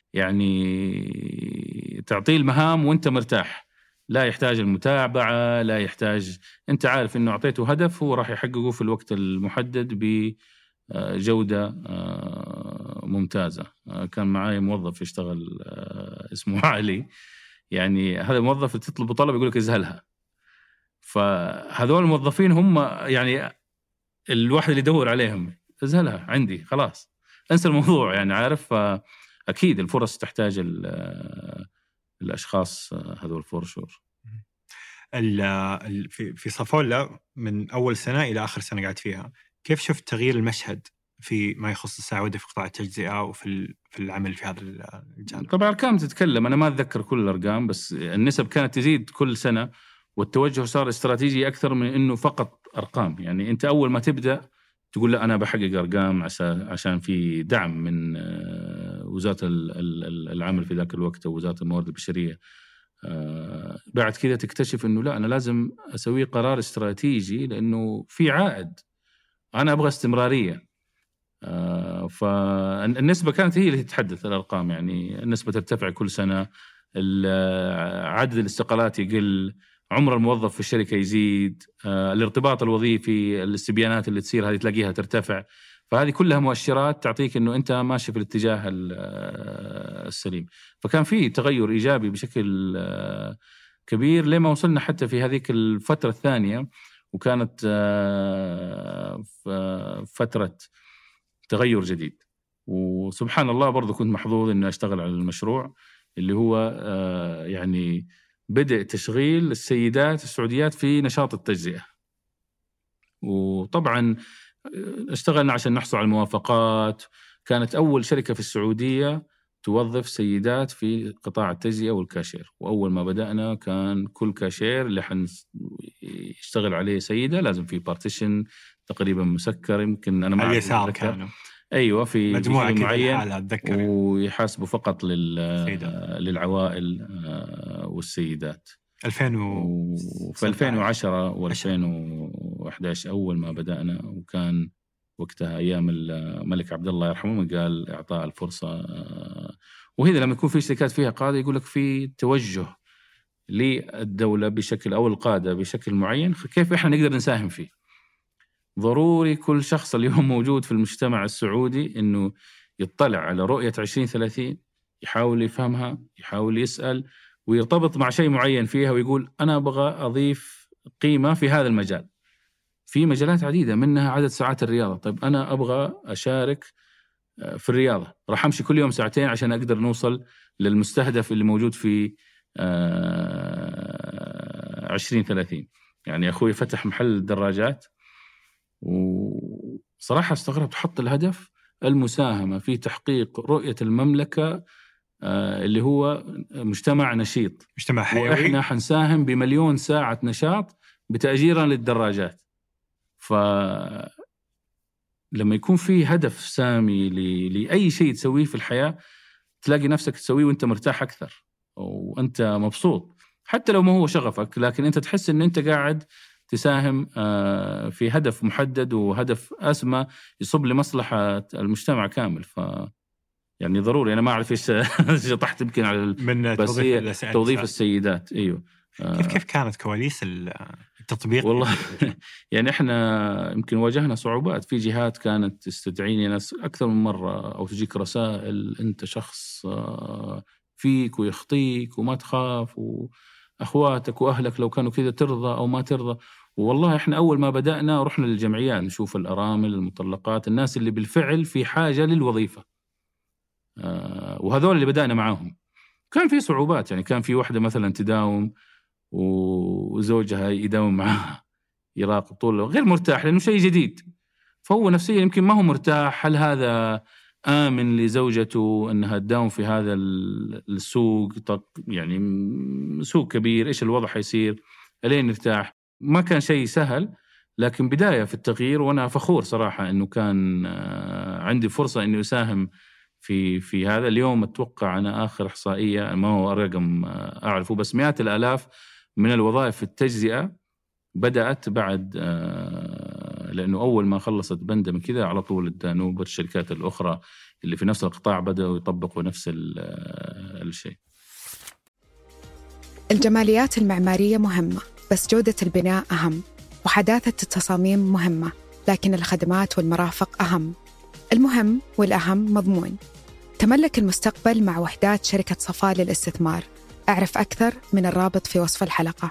يعني تعطيه المهام وانت مرتاح، لا يحتاج المتابعة، لا يحتاج، انت عارف انه اعطيته هدف هو راح يحققه في الوقت المحدد بجودة ممتازة. كان معاي موظف يشتغل اسمه علي، يعني هذا الموظف تطلب طلب يقول لك ازهلها. فهذول الموظفين هم يعني الواحد اللي يدور عليهم، ازهلها عندي خلاص انسى الموضوع يعني، عارف. أكيد الفرص تحتاج الأشخاص هذول الفرشور. في في صفولة من أول سنة إلى آخر سنة قاعد فيها، كيف شفت تغيير المشهد في ما يخص السعودة في قطاع التجزئة وفي في العمل في هذا الجانب؟ طبعا الأرقام تتكلم، أنا ما أتذكر كل الأرقام، بس النسب كانت تزيد كل سنة، والتوجه صار استراتيجي أكثر من إنه فقط أرقام. يعني أنت أول ما تبدأ تقول لا أنا بحقق أرقام عشان في دعم من وزارة العمل في ذاك الوقت أو وزارة الموارد البشرية. بعد كذا تكتشف إنه لا، أنا لازم أسوي قرار استراتيجي لأنه في عائد، أنا أبغى استمرارية. فالنسبة كانت هي اللي تتحدث الأرقام، يعني النسبة ترتفع كل سنة، عدد الاستقالات يقل، عمر الموظف في الشركة يزيد، الارتباط الوظيفي، الاستبيانات اللي تصير هذه تلاقيها ترتفع. فهذه كلها مؤشرات تعطيك إنه أنت ماشي في الاتجاه السليم. فكان في تغير إيجابي بشكل كبير لما وصلنا حتى في هذيك الفترة الثانية، وكانت فترة تغير جديد. وسبحان الله برضو كنت محظوظ إني أشتغل على المشروع اللي هو يعني بدأ تشغيل السيدات السعوديات في نشاط التجزئة. وطبعا اشتغلنا عشان نحصل على الموافقات. كانت أول شركة في السعودية توظف سيدات في قطاع التجزئة والكاشير، وأول ما بدأنا كان كل كاشير اللي حنشتغل عليه سيدة لازم في بارتيشن تقريبا مسكر، يمكن أنا ما اليسار كانوا أيوة في مجموعة معين، ويحاسبوا فقط لل... للعوائل والسيدات. ألفين وفي ألفين وعشرة وألفين وأحد عشر أول ما بدأنا، وكان وقتها أيام الملك عبد الله يرحمه قال إعطاء الفرصة. وهذا لما يكون في شركات فيها قادة يقول لك في توجه للدولة بشكل أو القادة بشكل معين، كيف إحنا نقدر نساهم فيه. ضروري كل شخص اليوم موجود في المجتمع السعودي إنه يطلع على رؤية عشرين ثلاثين، يحاول يفهمها، يحاول يسأل ويرتبط مع شيء معين فيها، ويقول أنا أبغى أضيف قيمة في هذا المجال. في مجالات عديدة منها عدد ساعات الرياضة، طيب أنا أبغى أشارك في الرياضة، راح أمشي كل يوم ساعتين عشان أقدر نوصل للمستهدف اللي موجود في عشرين ثلاثين. يعني أخوي فتح محل دراجات، وصراحة استغربت، حط الهدف المساهمة في تحقيق رؤية المملكة اللي هو مجتمع نشيط، مجتمع حيوي، وإحنا حنساهم بمليون ساعة نشاط بتأجيرا للدراجات. فلما يكون في هدف سامي لأي شيء تسويه في الحياة، تلاقي نفسك تسويه وانت مرتاح أكثر وانت مبسوط، حتى لو ما هو شغفك، لكن انت تحس ان انت قاعد تساهم في هدف محدد وهدف أسمى يصب لمصلحة المجتمع كامل. ف يعني ضروري. أنا ما أعرف إيش شطحت يمكن على من توظيف, توظيف السيدات. أيوه. كيف كيف كانت كواليس التطبيق؟ والله يعني إحنا يمكن واجهنا صعوبات في جهات كانت تستدعيني ناس أكثر من مرة، أو تجيك رسائل أنت شخص فيك ويخطيك وما تخاف، وأخواتك وأهلك لو كانوا كذا ترضى أو ما ترضى. والله إحنا أول ما بدأنا رحنا للجمعيات نشوف الأرامل، المطلقات، الناس اللي بالفعل في حاجة للوظيفة، وهذول اللي بدأنا معاهم. كان في صعوبات، يعني كان في واحدة مثلا تداوم وزوجها يداوم معها، يراقب طول غير مرتاح لأنه شيء جديد، فهو نفسيا يمكن ما هو مرتاح. هل هذا آمن لزوجته أنها تداوم في هذا السوق؟ يعني سوق كبير، إيش الوضع حيصير ألين نرتاح؟ ما كان شيء سهل، لكن بداية في التغيير. وأنا فخور صراحة أنه كان عندي فرصة أني أساهم في في هذا. اليوم أتوقع أنا آخر إحصائية، ما هو رقم أعرفه، بس مئات الآلاف من الوظائف في التجزئة بدأت بعد، لأنه أول ما خلصت بندة من كذا على طول الدانوب والشركات الأخرى اللي في نفس القطاع بدأوا يطبقوا نفس الشيء. الجماليات المعمارية مهمة، بس جودة البناء أهم، وحداثة التصاميم مهمة، لكن الخدمات والمرافق أهم. المهم والأهم مضمون. تملك المستقبل مع وحدات شركة صفاء للاستثمار. أعرف أكثر من الرابط في وصف الحلقة.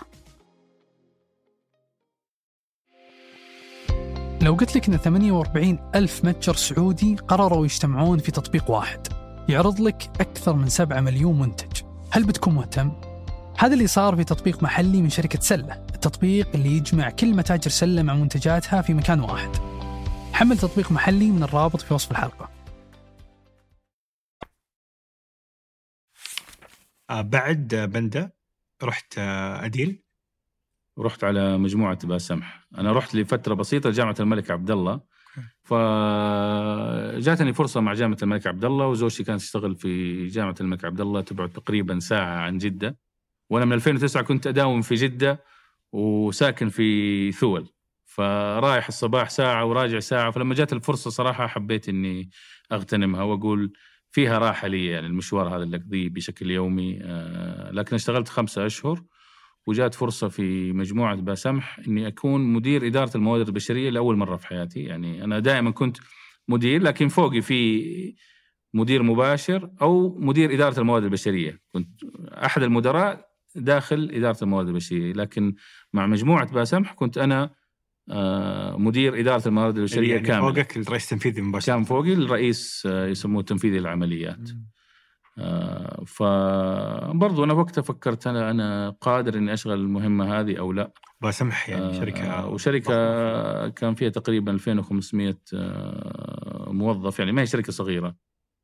لو قلت لك أن ثمانية وأربعين ألف متجر سعودي قرروا يجتمعون في تطبيق واحد يعرض لك أكثر من سبعة مليون منتج، هل بتكون مهتم؟ هذا اللي صار في تطبيق محلي من شركة سلة، التطبيق اللي يجمع كل متاجر سلة مع منتجاتها في مكان واحد. حمل تطبيق محلي من الرابط في وصف الحلقة. بعد بندة رحت أديل، ورحت على مجموعة باسمح. أنا رحت لفترة بسيطة جامعة الملك عبد الله، فجاتني فرصة مع جامعة الملك عبد الله، وزوجتي كانت تشتغل في جامعة الملك عبد الله، تبعد تقريبا ساعة عن جدة، وأنا من ألفين وتسعة كنت أداوم في جدة وساكن في ثول، فرايح الصباح ساعة وراجع ساعة. فلما جات الفرصة صراحة حبيت إني أغتنمها وأقول فيها راحة لي، يعني المشوار هذا اللي أقضيه بشكل يومي. لكن اشتغلت خمسة أشهر، وجات فرصة في مجموعة باسمح إني أكون مدير إدارة الموارد البشرية لأول مرة في حياتي. يعني أنا دائما كنت مدير، لكن فوقي في مدير مباشر أو مدير إدارة الموارد البشرية، كنت أحد المدراء داخل إدارة الموارد البشرية. لكن مع مجموعة باسمح كنت أنا مدير إدارة الموارد البشرية يعني كامل. فوقك الرئيس التنفيذي مباشرة؟ كان فوقي الرئيس يسموه تنفيذي العمليات. آه فبرضو أنا وقتها فكرت أنا أنا قادر إني أشغل المهمة هذه أو لا. باسمح يعني شركة آه وشركة ضخمة. كان فيها تقريبا ألفين وخمسمائة آه موظف، يعني ما هي شركة صغيرة.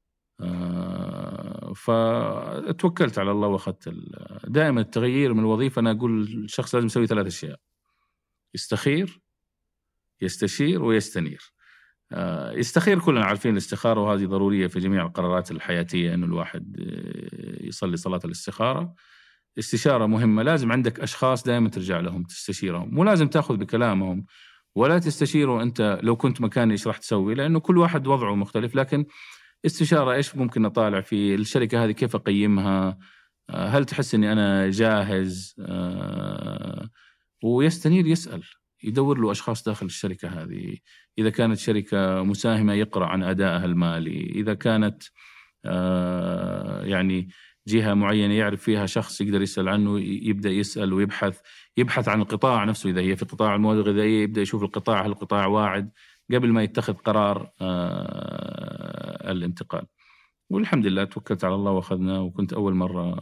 آه فتوكلت على الله وأخذت. دائما التغيير من الوظيفة أنا أقول الشخص لازم يسوي ثلاث أشياء: يستخير، يستشير، ويستنير. يستخير كلنا عارفين الاستخارة، وهذه ضرورية في جميع القرارات الحياتية، أنه الواحد يصلي صلاة الاستخارة. استشارة مهمة، لازم عندك أشخاص دائما ترجع لهم تستشيرهم، مو لازم تأخذ بكلامهم ولا تستشيروا أنت لو كنت مكاني إيش راح تسوي، لأنه كل واحد وضعه مختلف. لكن استشارة إيش ممكن نطالع في الشركة هذه، كيف أقيمها، هل تحس أني أنا جاهز. ويستنير، يسأل، يدور له أشخاص داخل الشركة هذه. إذا كانت شركة مساهمة يقرأ عن أدائها المالي، إذا كانت آه يعني جهة معينة يعرف فيها شخص يقدر يسأل عنه، يبدأ يسأل ويبحث يبحث عن القطاع نفسه. إذا هي في قطاع المواد الغذائية يبدأ يشوف القطاع، هل القطاع واعد قبل ما يتخذ قرار آه الانتقال. والحمد لله توكلت على الله وأخذنا، وكنت أول مرة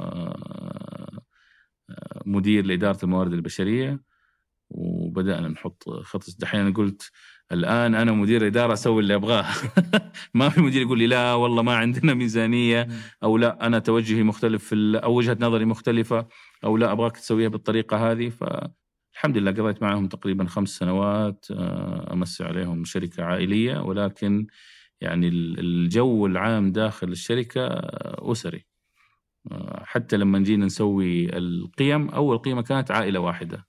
مدير لإدارة الموارد البشرية، وبدأنا نحط خطط. دحين قلت الآن أنا مدير إدارة أسوي اللي أبغاه. ما في مدير يقول لي لا والله ما عندنا ميزانية، أو لا أنا توجهي مختلف في أو وجهة نظري مختلفة، أو لا أبغاك تسويها بالطريقة هذه. فالحمد لله قضيت معهم تقريبا خمس سنوات أمسي عليهم شركة عائلية، ولكن يعني الجو العام داخل الشركة أسري. حتى لما جينا نسوي القيم، أول قيمة كانت عائلة واحدة.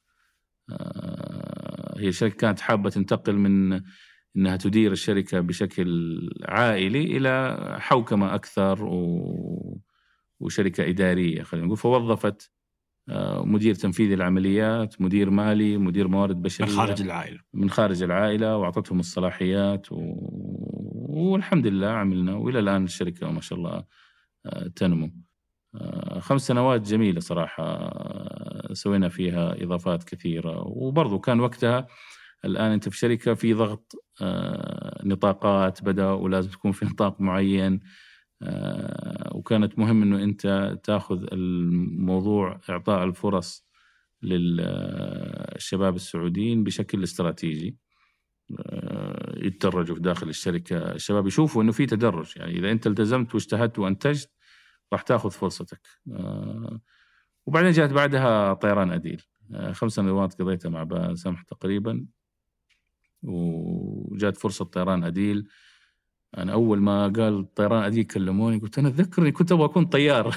هي الشركة كانت حابة تنتقل من أنها تدير الشركة بشكل عائلي إلى حوكمة أكثر و... وشركة إدارية خلينا نقول. فوظفت مدير تنفيذي العمليات، مدير مالي، مدير موارد بشرية من خارج العائلة من خارج العائلة وأعطتهم الصلاحيات و... والحمد لله عملنا، وإلى الآن الشركة ما شاء الله تنمو. خمس سنوات جميلة صراحة، سوينا فيها إضافات كثيرة. وبرضو كان وقتها، الآن أنت في شركة في ضغط نطاقات بدأ، ولازم تكون في نطاق معين، وكانت مهم أنه أنت تأخذ الموضوع إعطاء الفرص للشباب السعوديين بشكل استراتيجي، يتدرجوا في داخل الشركة. الشباب يشوفوا أنه في تدرج، يعني إذا أنت التزمت واجتهدت وأنتجت راح تأخذ فرصتك. وبعدين جاءت بعدها طيران أديل، خمس سنوات قضيتها مع باسمح تقريبا، وجاءت فرصة طيران أديل. أنا أول ما قال طيران أديل كلموني، قلت أنا أتذكرني كنت أبغى أكون طيار.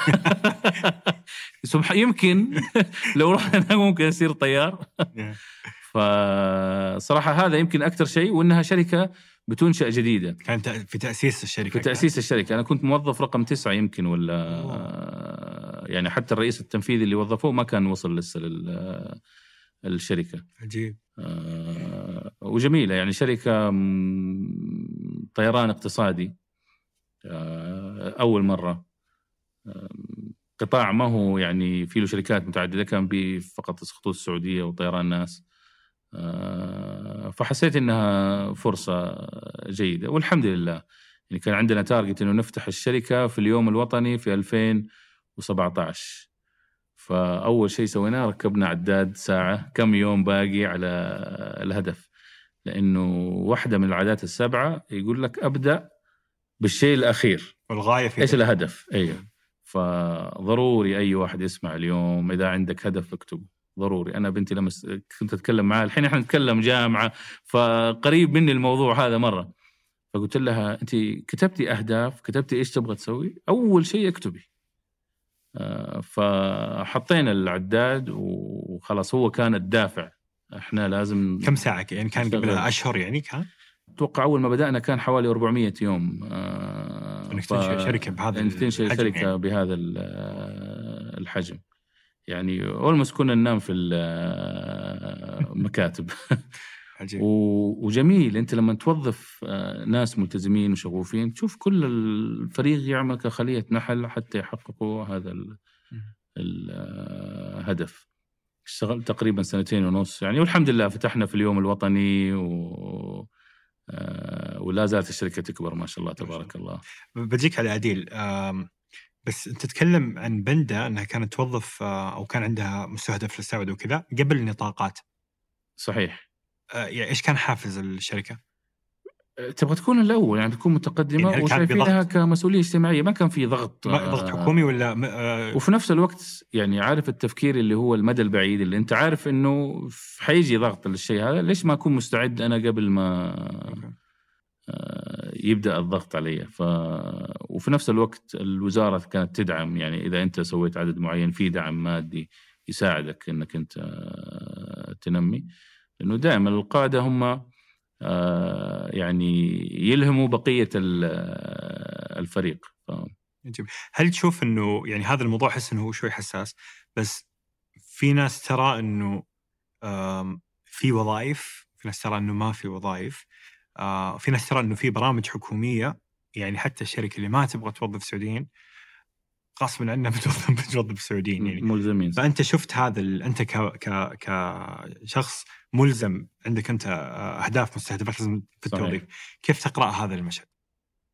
يمكن لو رحنا ممكن أصير طيار. فصراحة هذا يمكن أكثر شيء، وإنها شركة بتنشأ جديدة. كانت في تأسيس الشركة في تأسيس الشركة أنا كنت موظف رقم تسعة يمكن، ولا أوه. يعني حتى الرئيس التنفيذي اللي وظفوه ما كان وصل لسه للشركة. عجيب. آه وجميلة، يعني شركة طيران اقتصادي، آه أول مرة. آه قطاع ما هو يعني فيه له شركات متعددة، كان بي فقط الخطوط السعودية وطيران ناس. فحسيت إنها فرصة جيدة، والحمد لله. يعني كان عندنا تارجت إنه نفتح الشركة في اليوم الوطني في ألفين وسبعة عشر. فأول شيء سويناه ركبنا عداد ساعة كم يوم باقي على الهدف، لأنه واحدة من العادات السبعة يقول لك أبدأ بالشيء الأخير والغاية في إيش الهدف. أيوه. فضروري أي واحد يسمع اليوم إذا عندك هدف اكتبه، ضروري. أنا بنتي لما كنت أتكلم معها، الحين إحنا نتكلم جامعة فقريب مني الموضوع هذا مرة، فقلت لها أنت كتبتي أهداف، كتبتي إيش تبغى تسوي، أول شيء اكتبي. فحطينا العداد وخلاص، هو كان الدافع. إحنا لازم. كم ساعة يعني كان قبل أشهر؟ يعني كان أتوقع أول ما بدأنا كان حوالي أربعمية يوم. إنك تنشئ شركة بهذا الحجم، شركة يعني. بهذا الحجم يعني أولمس كنا ننام في المكاتب. وجميل أنت لما توظف ناس ملتزمين وشغوفين، تشوف كل الفريق يعمل كخلية نحل حتى يحققوا هذا الهدف. اشتغلت تقريبا سنتين ونص يعني، والحمد لله فتحنا في اليوم الوطني و... ولا زالت الشركة تكبر ما شاء الله تبارك الله. بجيك على عديل، بس أنت تتكلم عن بندة أنها كانت توظف أو كان عندها مستهدف للسعودة وكذا قبل النطاقات. صحيح. يعني إيش كان حافز الشركة؟ تبغى تكون الأول يعني تكون متقدمة يعني وشايفينها كمسؤولية اجتماعية، ما كان في ضغط ضغط حكومي ولا م... آه وفي نفس الوقت يعني عارف التفكير اللي هو المدى البعيد، اللي أنت عارف إنه حيجي ضغط للشيء هذا، ليش ما أكون مستعد أنا قبل ما آه يبدأ الضغط علي. ف... وفي نفس الوقت الوزارة كانت تدعم، يعني إذا أنت سويت عدد معين في دعم مادي يساعدك إنك أنت آه تنمي، لأنه دائما القادة هم آه يعني يلهموا بقية الفريق. ف... هل تشوف أنه يعني هذا الموضوع حس أنه هو شوي حساس، بس في ناس ترى أنه في وظائف، في ناس ترى أنه ما في وظائف، آه في ناس ترى أنه في برامج حكومية، يعني حتى الشركة اللي ما تبغى توظف سعوديين غصباً عنها بتوظف بتوظف سعوديين يعني ملزمين. فأنت شفت هذا ال... أنت ك ك كشخص ملزم عندك أنت أهداف مستهدفات لازم في التوظيف، كيف تقرأ هذا المشهد؟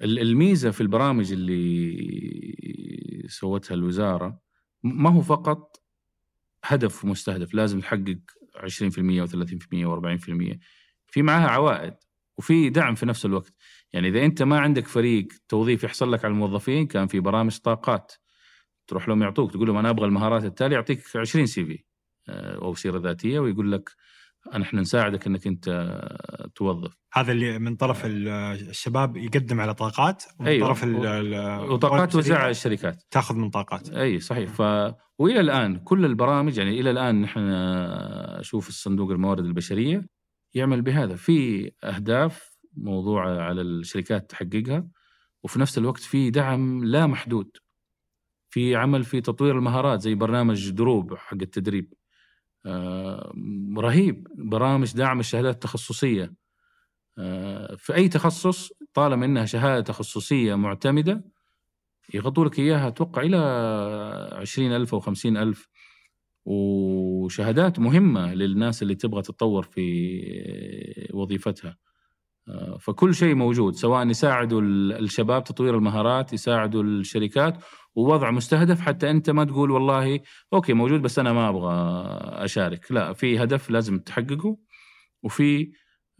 الميزة في البرامج اللي سوتها الوزارة ما هو فقط هدف مستهدف لازم تحقق عشرين بالمئة وثلاثين بالمئة وأربعين بالمئة، في معها عوائد وفي دعم في نفس الوقت. يعني إذا أنت ما عندك فريق توظيف يحصل لك على الموظفين، كان في برامج طاقات تروح لهم يعطوك، تقول لهم أنا أبغى المهارات التالية، يعطيك عشرين سي في أو سيرة ذاتية ويقول لك نحن نساعدك أنك أنت توظف. هذا اللي من طرف الشباب يقدم على طاقات، ومن أيوة. طرف وطاقات توزع على الشركات تأخذ من طاقات. أي صحيح. ف... وإلى الآن كل البرامج يعني إلى الآن نحن أشوف الصندوق الموارد البشرية يعمل بهذا، في أهداف موضوعة على الشركات تحققها، وفي نفس الوقت في دعم لا محدود، في عمل في تطوير المهارات زي برنامج دروب حق التدريب آه رهيب، برامج دعم الشهادات التخصصية آه في أي تخصص طالما إنها شهادة تخصصية معتمدة يغطوا لك إياها أتوقع إلى عشرين ألف أو خمسين ألف، وشهادات مهمة للناس اللي تبغى تتطور في وظيفتها. فكل شيء موجود، سواء يساعدوا الشباب تطوير المهارات، يساعدوا الشركات، ووضع مستهدف حتى أنت ما تقول والله أوكي موجود بس أنا ما أبغى أشارك، لا، في هدف لازم تحققه وفي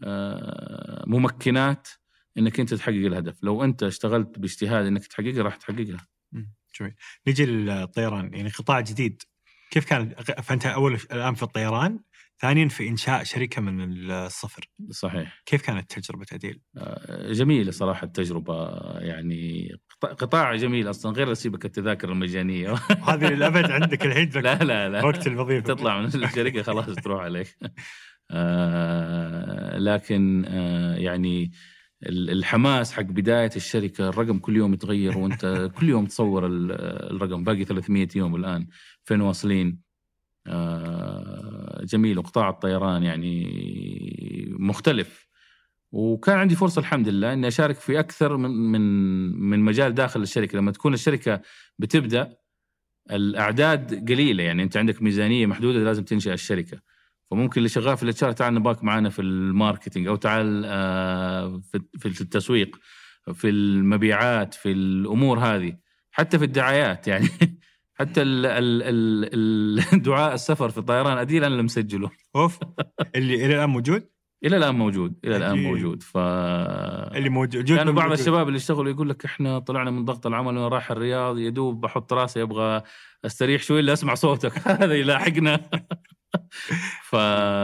ممكنات إنك أنت تحقق الهدف. لو أنت اشتغلت باجتهاد إنك تحققها راح تحققها. جميل. نيجي للطيران، يعني قطاع جديد، كيف كان؟ فأنت أول الآن في الطيران، ثانيا في إنشاء شركة من الصفر. صحيح. كيف كانت تجربة عديل؟ جميلة صراحة التجربة، يعني قطاع جميل أصلا، غير سيبك التذاكر المجانية هذه للأبد عندك الحين. لا لا لا وقت الوظيفة تطلع من الشركة خلاص تروح عليك. آه لكن آه يعني الحماس حق بداية الشركة، الرقم كل يوم يتغير وانت كل يوم تصور الرقم، باقي ثلاثمية يوم الآن فين واصلين. آه جميل. وقطاع الطيران يعني مختلف، وكان عندي فرصة الحمد لله أني أشارك في أكثر من من من مجال داخل الشركة. لما تكون الشركة بتبدأ الأعداد قليلة، يعني أنت عندك ميزانية محدودة لازم تنشأ الشركة، فممكن اللي شغال في الاتش ار تعال نباك معنا في الماركتينج، أو تعال آه في التسويق، في المبيعات، في الأمور هذه، حتى في الدعايات يعني حتى ال ال ال الدعاء السفر في الطيران أديل أنا اللي مسجله. أوف. اللي إلى الآن موجود؟ إلى الآن موجود إلى الآن موجود. ف اللي موجود. كانوا بعض الشباب اللي اشتغلوا يقول لك إحنا طلعنا من ضغط العمل وراح الرياض، يدوب بحط راسي أبغى أستريح شوي اللي أسمع صوتك هذا يلاحقنا. ف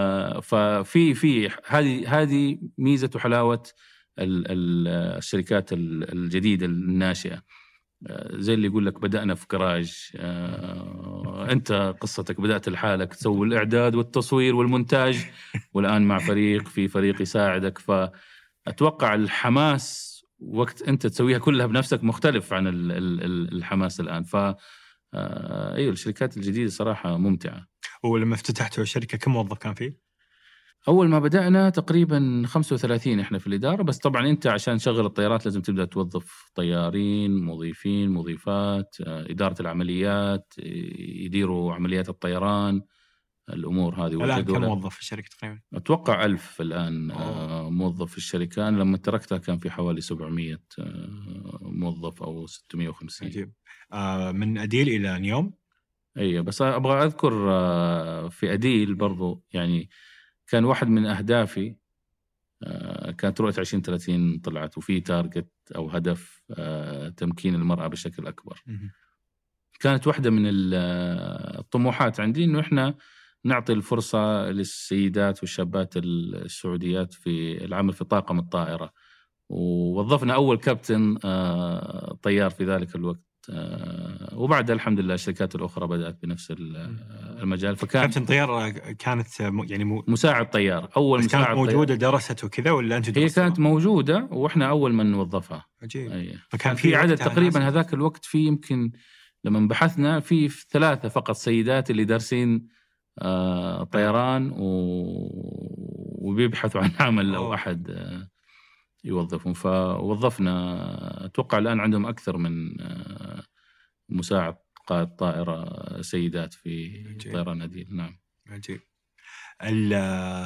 ففي في هذه هذه ميزة وحلاوة ال ال الشركات الجديدة الناشئة، زي اللي يقول لك بدأنا في جراج، آه، أنت قصتك بدأت لحالك تسوي الإعداد والتصوير والمونتاج، والآن مع فريق، في فريق يساعدك. فأتوقع الحماس وقت أنت تسويها كلها بنفسك مختلف عن الحماس الآن. ف أيوة الشركات الجديدة صراحة ممتعة. ولما افتتحتوا الشركة كم موظف كان فيه؟ أول ما بدأنا تقريبا خمسة وثلاثين إحنا في الإدارة، بس طبعا أنت عشان تشغل الطيارات لازم تبدأ توظف طيارين، مضيفين، مضيفات، إدارة العمليات، يديروا عمليات الطيران، الأمور هذه. الآن كم موظف في الشركة تقريبا؟ أتوقع ألف الآن. أوه. موظف في الشركة. أنا لما تركتها كان في حوالي سبعمية موظف أو ستمية وخمسين. عجيب. آه من أديل إلى نيوم؟ أيه، بس أبغى أذكر في أديل برضو يعني كان واحد من أهدافي كانت رؤية عشرين ثلاثين طلعت، وفي تارجت أو هدف تمكين المرأة بشكل أكبر. كانت واحدة من الطموحات عندي إنه إحنا نعطي الفرصة للسيدات والشابات السعوديات في العمل في طاقم الطائرة، ووظفنا أول كابتن طيار في ذلك الوقت. وبعد الحمد لله الشركات الأخرى بدأت بنفس المجال. فكان كابتن طيار كانت يعني م... مساعد طيار. أول مساعد كانت موجودة درست وكذا ولا أنت هي كانت موجودة وإحنا أول من نوظفها. عجيب. فكان في عدد تقريبا هذاك الوقت في يمكن لما بحثنا في ثلاثة فقط سيدات اللي دارسين آه طيران و... وبيبحثوا عن عمل أو أحد آه يوظفهم. فوظفنا أتوقع الآن عندهم أكثر من مساعد قائد طائرة سيدات في عجيب. طيران أديل. نعم. عجيب.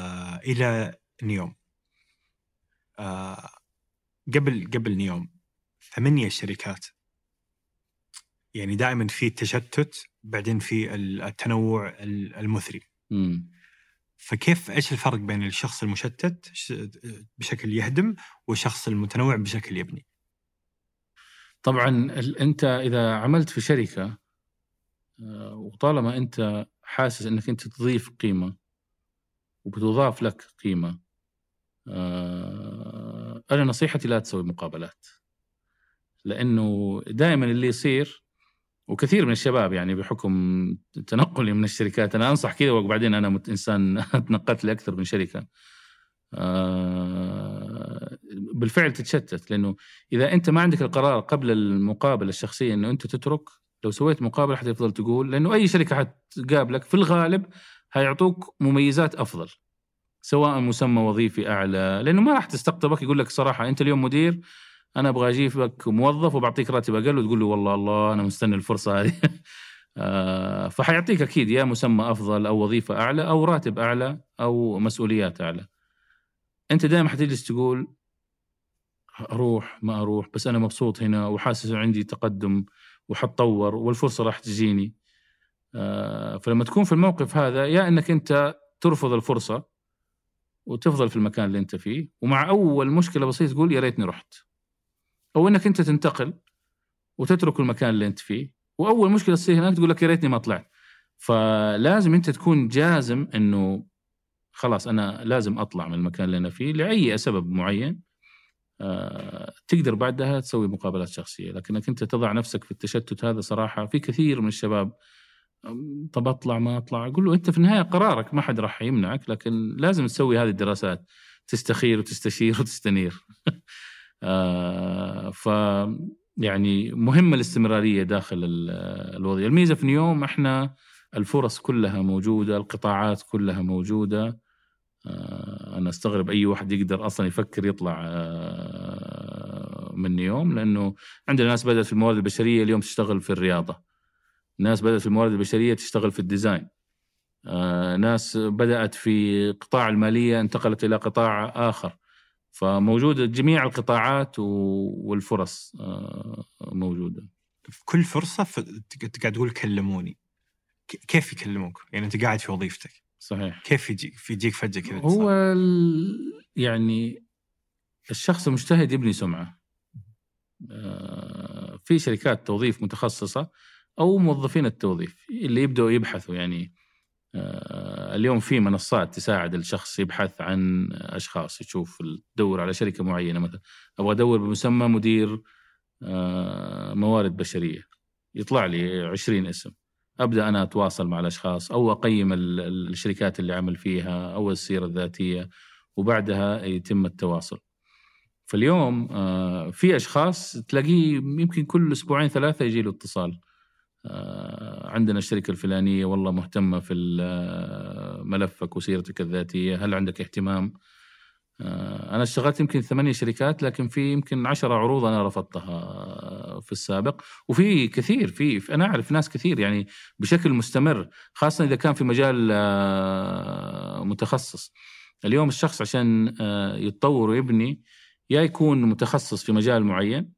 إلى نيوم، قبل قبل نيوم ثمانية شركات، يعني دائما في تشتت، بعدين في التنوع المثري. مم. فكيف إيش الفرق بين الشخص المشتت بشكل يهدم والشخص المتنوع بشكل يبني؟ طبعا أنت إذا عملت في شركة وطالما أنت حاسس أنك أنت تضيف قيمة وبتضاف لك قيمة، أنا نصيحتي لا تسوي مقابلات، لأنه دائما اللي يصير، وكثير من الشباب يعني بحكم تنقلي من الشركات، أنا أنصح كذا وبعدين أنا إنسان تنقلت لي أكثر من شركة، بالفعل تتشتت. لأنه إذا أنت ما عندك القرار قبل المقابلة الشخصية أنه أنت تترك، لو سويت مقابلة حتفضل تقول، لأنه أي شركة حتقابلك في الغالب هيعطوك مميزات أفضل، سواء مسمى وظيفي أعلى، لأنه ما راح تستقطبك يقول لك صراحة أنت اليوم مدير، أنا أبغى أجيبك موظف وبعطيك راتب أقل، وتقول له والله الله أنا مستني الفرصة هذه. فحيعطيك أكيد يا مسمى أفضل أو وظيفة أعلى أو راتب أعلى أو مسؤوليات أعلى. أنت دائما حتجلس تقول أروح ما أروح، بس أنا مبسوط هنا وحاسس عندي تقدم وحتطور والفرصة راح تجيني. فلما تكون في الموقف هذا، يا أنك أنت ترفض الفرصة وتفضل في المكان اللي أنت فيه، ومع أول مشكلة بسيطة تقول يا ريتني رحت، أو أنك أنت تنتقل وتترك المكان اللي أنت فيه، وأول مشكلة تصير هناك تقول لك يا ريتني ما طلعت. فلازم أنت تكون جازم أنه خلاص أنا لازم أطلع من المكان اللي أنا فيه لأي سبب معين. أه تقدر بعدها تسوي مقابلات شخصية، لكنك أنت تضع نفسك في التشتت هذا صراحة في كثير من الشباب. طب أطلع ما أطلع، أقول له أنت في النهاية قرارك، ما حد راح يمنعك، لكن لازم تسوي هذه الدراسات، تستخير وتستشير وتستنير. آه ف يعني مهمة الاستمرارية داخل الوظيفة. الميزة في نيوم إحنا الفرص كلها موجودة، القطاعات كلها موجودة. آه أنا استغرب أي واحد يقدر أصلا يفكر يطلع آه من نيوم، لأنه عندنا ناس بدأت في الموارد البشرية اليوم تشتغل في الرياضة، ناس بدأت في الموارد البشرية تشتغل في الديزاين، آه ناس بدأت في قطاع المالية انتقلت إلى قطاع آخر. فموجودة جميع القطاعات والفرص موجودة في كل فرصة. قاعد تقول كلموني، كيف يكلموك؟ يعني أنت قاعد في وظيفتك، صحيح، كيف يجيك في يجيك فجأة كذا؟ هو يعني الشخص المجتهد يبني سمعة في شركات توظيف متخصصة أو موظفين التوظيف اللي يبدأوا يبحثوا. يعني اليوم في منصات تساعد الشخص يبحث عن أشخاص، يشوف تدور على شركة معينة، مثلا أبغى أدور بمسمى مدير موارد بشرية، يطلع لي عشرين اسم، أبدأ أنا أتواصل مع الأشخاص أو أقيم الشركات اللي عمل فيها أو السيرة الذاتية، وبعدها يتم التواصل. فاليوم في أشخاص تلاقيه يمكن كل أسبوعين ثلاثة يجي له اتصال، عندنا الشركة الفلانية والله مهتمة في ملفك وسيرتك الذاتية، هل عندك اهتمام؟ أنا اشتغلت يمكن ثمانية شركات، لكن في يمكن عشرة عروض أنا رفضتها في السابق، وفي كثير في أنا أعرف ناس كثير يعني بشكل مستمر، خاصة إذا كان في مجال متخصص. اليوم الشخص عشان يتطور ويبني، يا يكون متخصص في مجال معين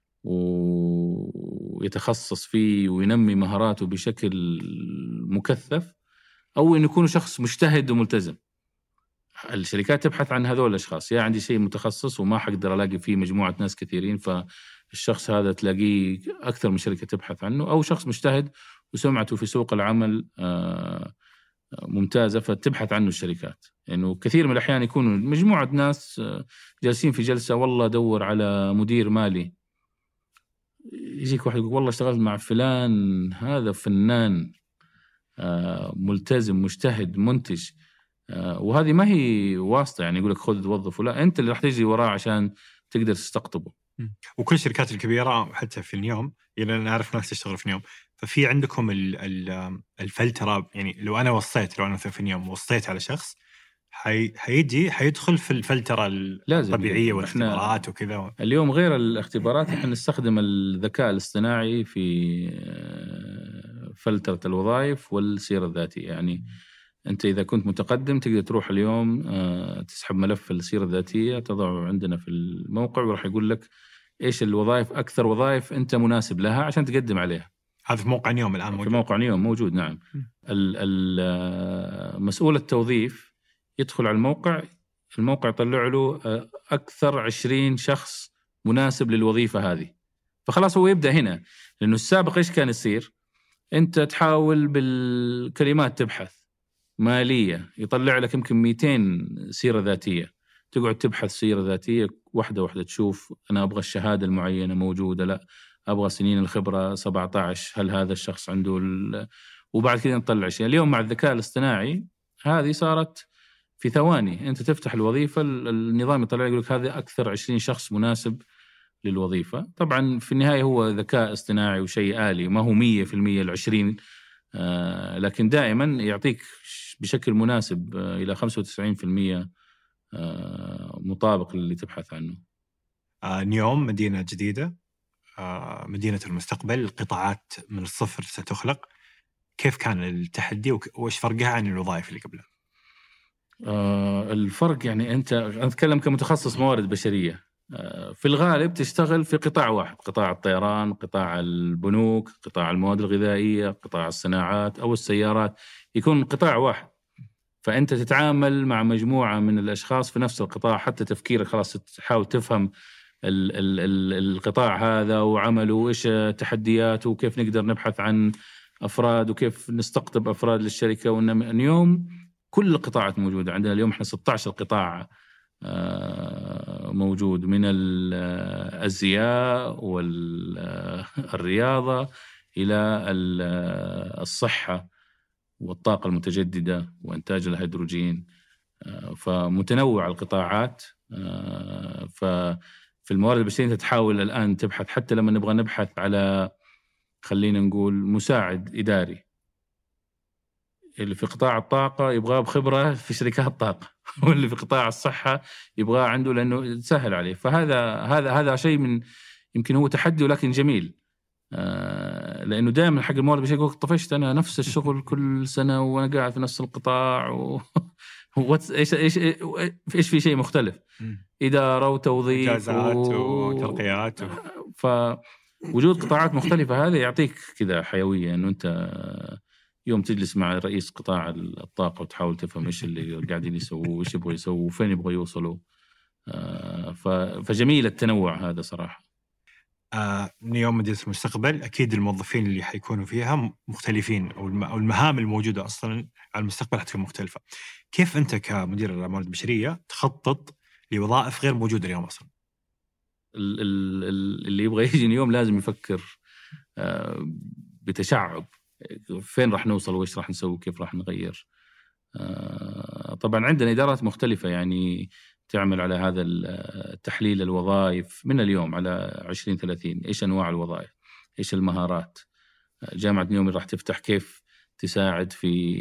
ويتخصص فيه وينمي مهاراته بشكل مكثف، أو إنه يكون شخص مجتهد وملتزم. الشركات تبحث عن هذول الأشخاص، يا عندي شيء متخصص وما حقدر ألاقي فيه مجموعة ناس كثيرين، فالشخص هذا تلاقيه أكثر من شركة تبحث عنه، أو شخص مجتهد وسمعته في سوق العمل ممتازة فتبحث عنه الشركات. يعني كثير من الأحيان يكونوا مجموعة ناس جالسين في جلسة، والله دور على مدير مالي، يجيك واحد يقول والله اشتغلت مع فلان هذا فنان ملتزم مجتهد منتج، وهذه ما هي واسطة يعني يقولك خذ توظفه، لا أنت اللي راح تجري وراه عشان تقدر تستقطبه. وكل الشركات الكبيرة حتى في اليوم، يعني أنا أعرف ناس تشتغل في اليوم، ففي عندكم الفلترة. يعني لو أنا وصيت، لو أنا في اليوم وصيت على شخص، حي حيجي حيدخل في الفلترة الطبيعية والاختبارات وكذا. اليوم غير الاختبارات احنا نستخدم الذكاء الاصطناعي في فلترة الوظائف والسيرة الذاتية. يعني أنت إذا كنت متقدم تقدر تروح اليوم تسحب ملف السيرة الذاتية، تضعه عندنا في الموقع، وراح يقول لك إيش الوظائف أكثر وظائف أنت مناسب لها عشان تقدم عليها. هذا في موقع نيوم الآن موجود. في موقع نيوم موجود نعم. مسؤول التوظيف يدخل على الموقع، الموقع يطلع له أكثر عشرين شخص مناسب للوظيفة هذه، فخلاص هو يبدأ هنا. لأنه السابق إيش كان يصير؟ أنت تحاول بالكلمات تبحث مالية، يطلع لك يمكن مئتين سيرة ذاتية، تقعد تبحث سيرة ذاتية واحدة واحدة، تشوف أنا أبغى الشهادة المعينة موجودة، لا أبغى سنين الخبرة سبعة عشر، هل هذا الشخص عنده ال... وبعد كده نطلع شيء. اليوم مع الذكاء الاصطناعي هذه صارت في ثواني، أنت تفتح الوظيفة النظام يطلع يقول لك هذا أكثر عشرين شخص مناسب للوظيفة. طبعا في النهاية هو ذكاء اصطناعي وشيء آلي، ما هو مية في المية العشرين، آه لكن دائما يعطيك بشكل مناسب آه إلى خمسة وتسعين في المية آه مطابق للي تبحث عنه. آه نيوم مدينة جديدة، آه مدينة المستقبل، القطاعات من الصفر ستخلق. كيف كان التحدي وإيش فرقها عن الوظائف اللي قبلها؟ آه الفرق يعني أنت أتكلم كمتخصص موارد بشرية، آه في الغالب تشتغل في قطاع واحد، قطاع الطيران، قطاع البنوك، قطاع المواد الغذائية، قطاع الصناعات أو السيارات، يكون قطاع واحد. فأنت تتعامل مع مجموعة من الأشخاص في نفس القطاع، حتى تفكيرك خلاص تحاول تفهم ال ال ال القطاع هذا وعمله وإيش تحدياته وكيف نقدر نبحث عن أفراد وكيف نستقطب أفراد للشركة. وإنما اليوم كل القطاعات موجودة عندنا. اليوم إحنا ستة عشر قطاع موجود، من الأزياء والرياضة إلى الصحة والطاقة المتجددة وإنتاج الهيدروجين، فمتنوع القطاعات. ففي الموارد البشرية تحاول الآن تبحث، حتى لما نبغى نبحث على خلينا نقول مساعد إداري، اللي في قطاع الطاقة يبغاه بخبرة في شركات الطاقة، واللي في قطاع الصحة يبغاه عنده لأنه سهل عليه. فهذا هذا هذا شيء من يمكن هو تحدي ولكن جميل، آه لأنه دائما حق الموارد البشرية يقول طفشت أنا نفس الشغل كل سنة وأنا قاعد في نفس القطاع و... إيش إيش إيش في شيء مختلف، إدارة وتوظيف إجازات وترقيات و... فوجود قطاعات مختلفة هذا يعطيك كذا حيوية، إنه أنت يوم تجلس مع رئيس قطاع الطاقة وتحاول تفهم إيش اللي قاعدين يسووا وإيش يبغوا يسووا وفين يبغوا يوصلوا. آه فجميل التنوع هذا صراحة. آه نيوم مدينة المستقبل أكيد الموظفين اللي حيكونوا فيها مختلفين، أو المهام الموجودة أصلاً على المستقبل حتكون مختلفة. كيف أنت كمدير الموارد البشرية تخطط لوظائف غير موجودة اليوم أصلاً؟ اللي يبغى يجي نيوم لازم يفكر آه بتشعب، فين راح نوصل وإيش راح نسوي كيف راح نغير. آه طبعاً عندنا إدارات مختلفة يعني تعمل على هذا التحليل الوظائف من اليوم على عشرين ثلاثين، إيش أنواع الوظائف، إيش المهارات. جامعة نيوم راح تفتح كيف تساعد في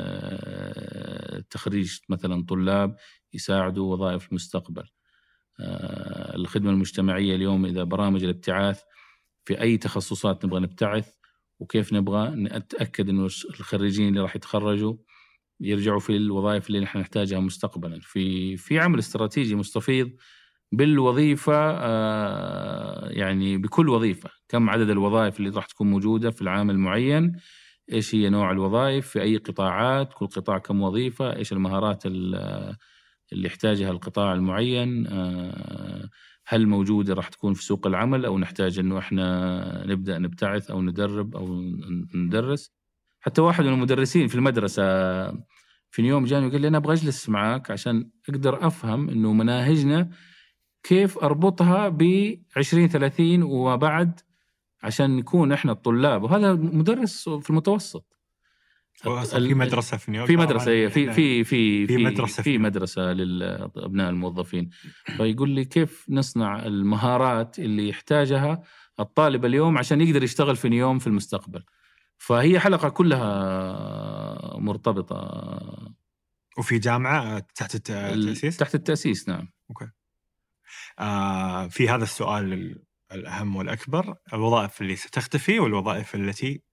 تخريج مثلا طلاب يساعدوا وظائف المستقبل. الخدمة المجتمعية اليوم إذا برامج الابتعاث في أي تخصصات نبغى نبتعث، وكيف نبغى نتأكد إنه الخريجين اللي راح يتخرجوا يرجعوا في الوظائف اللي نحن نحتاجها مستقبلا. في في عمل استراتيجي مستفيض بالوظيفة، يعني بكل وظيفة كم عدد الوظائف اللي راح تكون موجودة في العام المعين، إيش هي نوع الوظائف في أي قطاعات، كل قطاع كم وظيفة، إيش المهارات اللي يحتاجها القطاع المعين، هل موجودة راح تكون في سوق العمل أو نحتاج إنه إحنا نبدأ نبتعث أو ندرب أو ندرس. حتى واحد من المدرسين في المدرسة في يوم جاني وقال لي أنا أبغى أجلس معاك عشان أقدر أفهم إنه مناهجنا كيف أربطها بعشرين ثلاثين وبعد عشان نكون إحنا الطلاب. وهذا مدرس في المتوسط في مدرسة في نيويورك، في مدرسة في في في في مدرسة في مدرسة للأبناء الموظفين. فيقول لي كيف نصنع المهارات اللي يحتاجها الطالب اليوم عشان يقدر يشتغل في نيوم في المستقبل. فهي حلقة كلها مرتبطة. وفي جامعة تحت التأسيس؟ تحت التأسيس نعم. أوكي. آه في هذا السؤال الأهم والأكبر، الوظائف اللي ستختفي والوظائف التي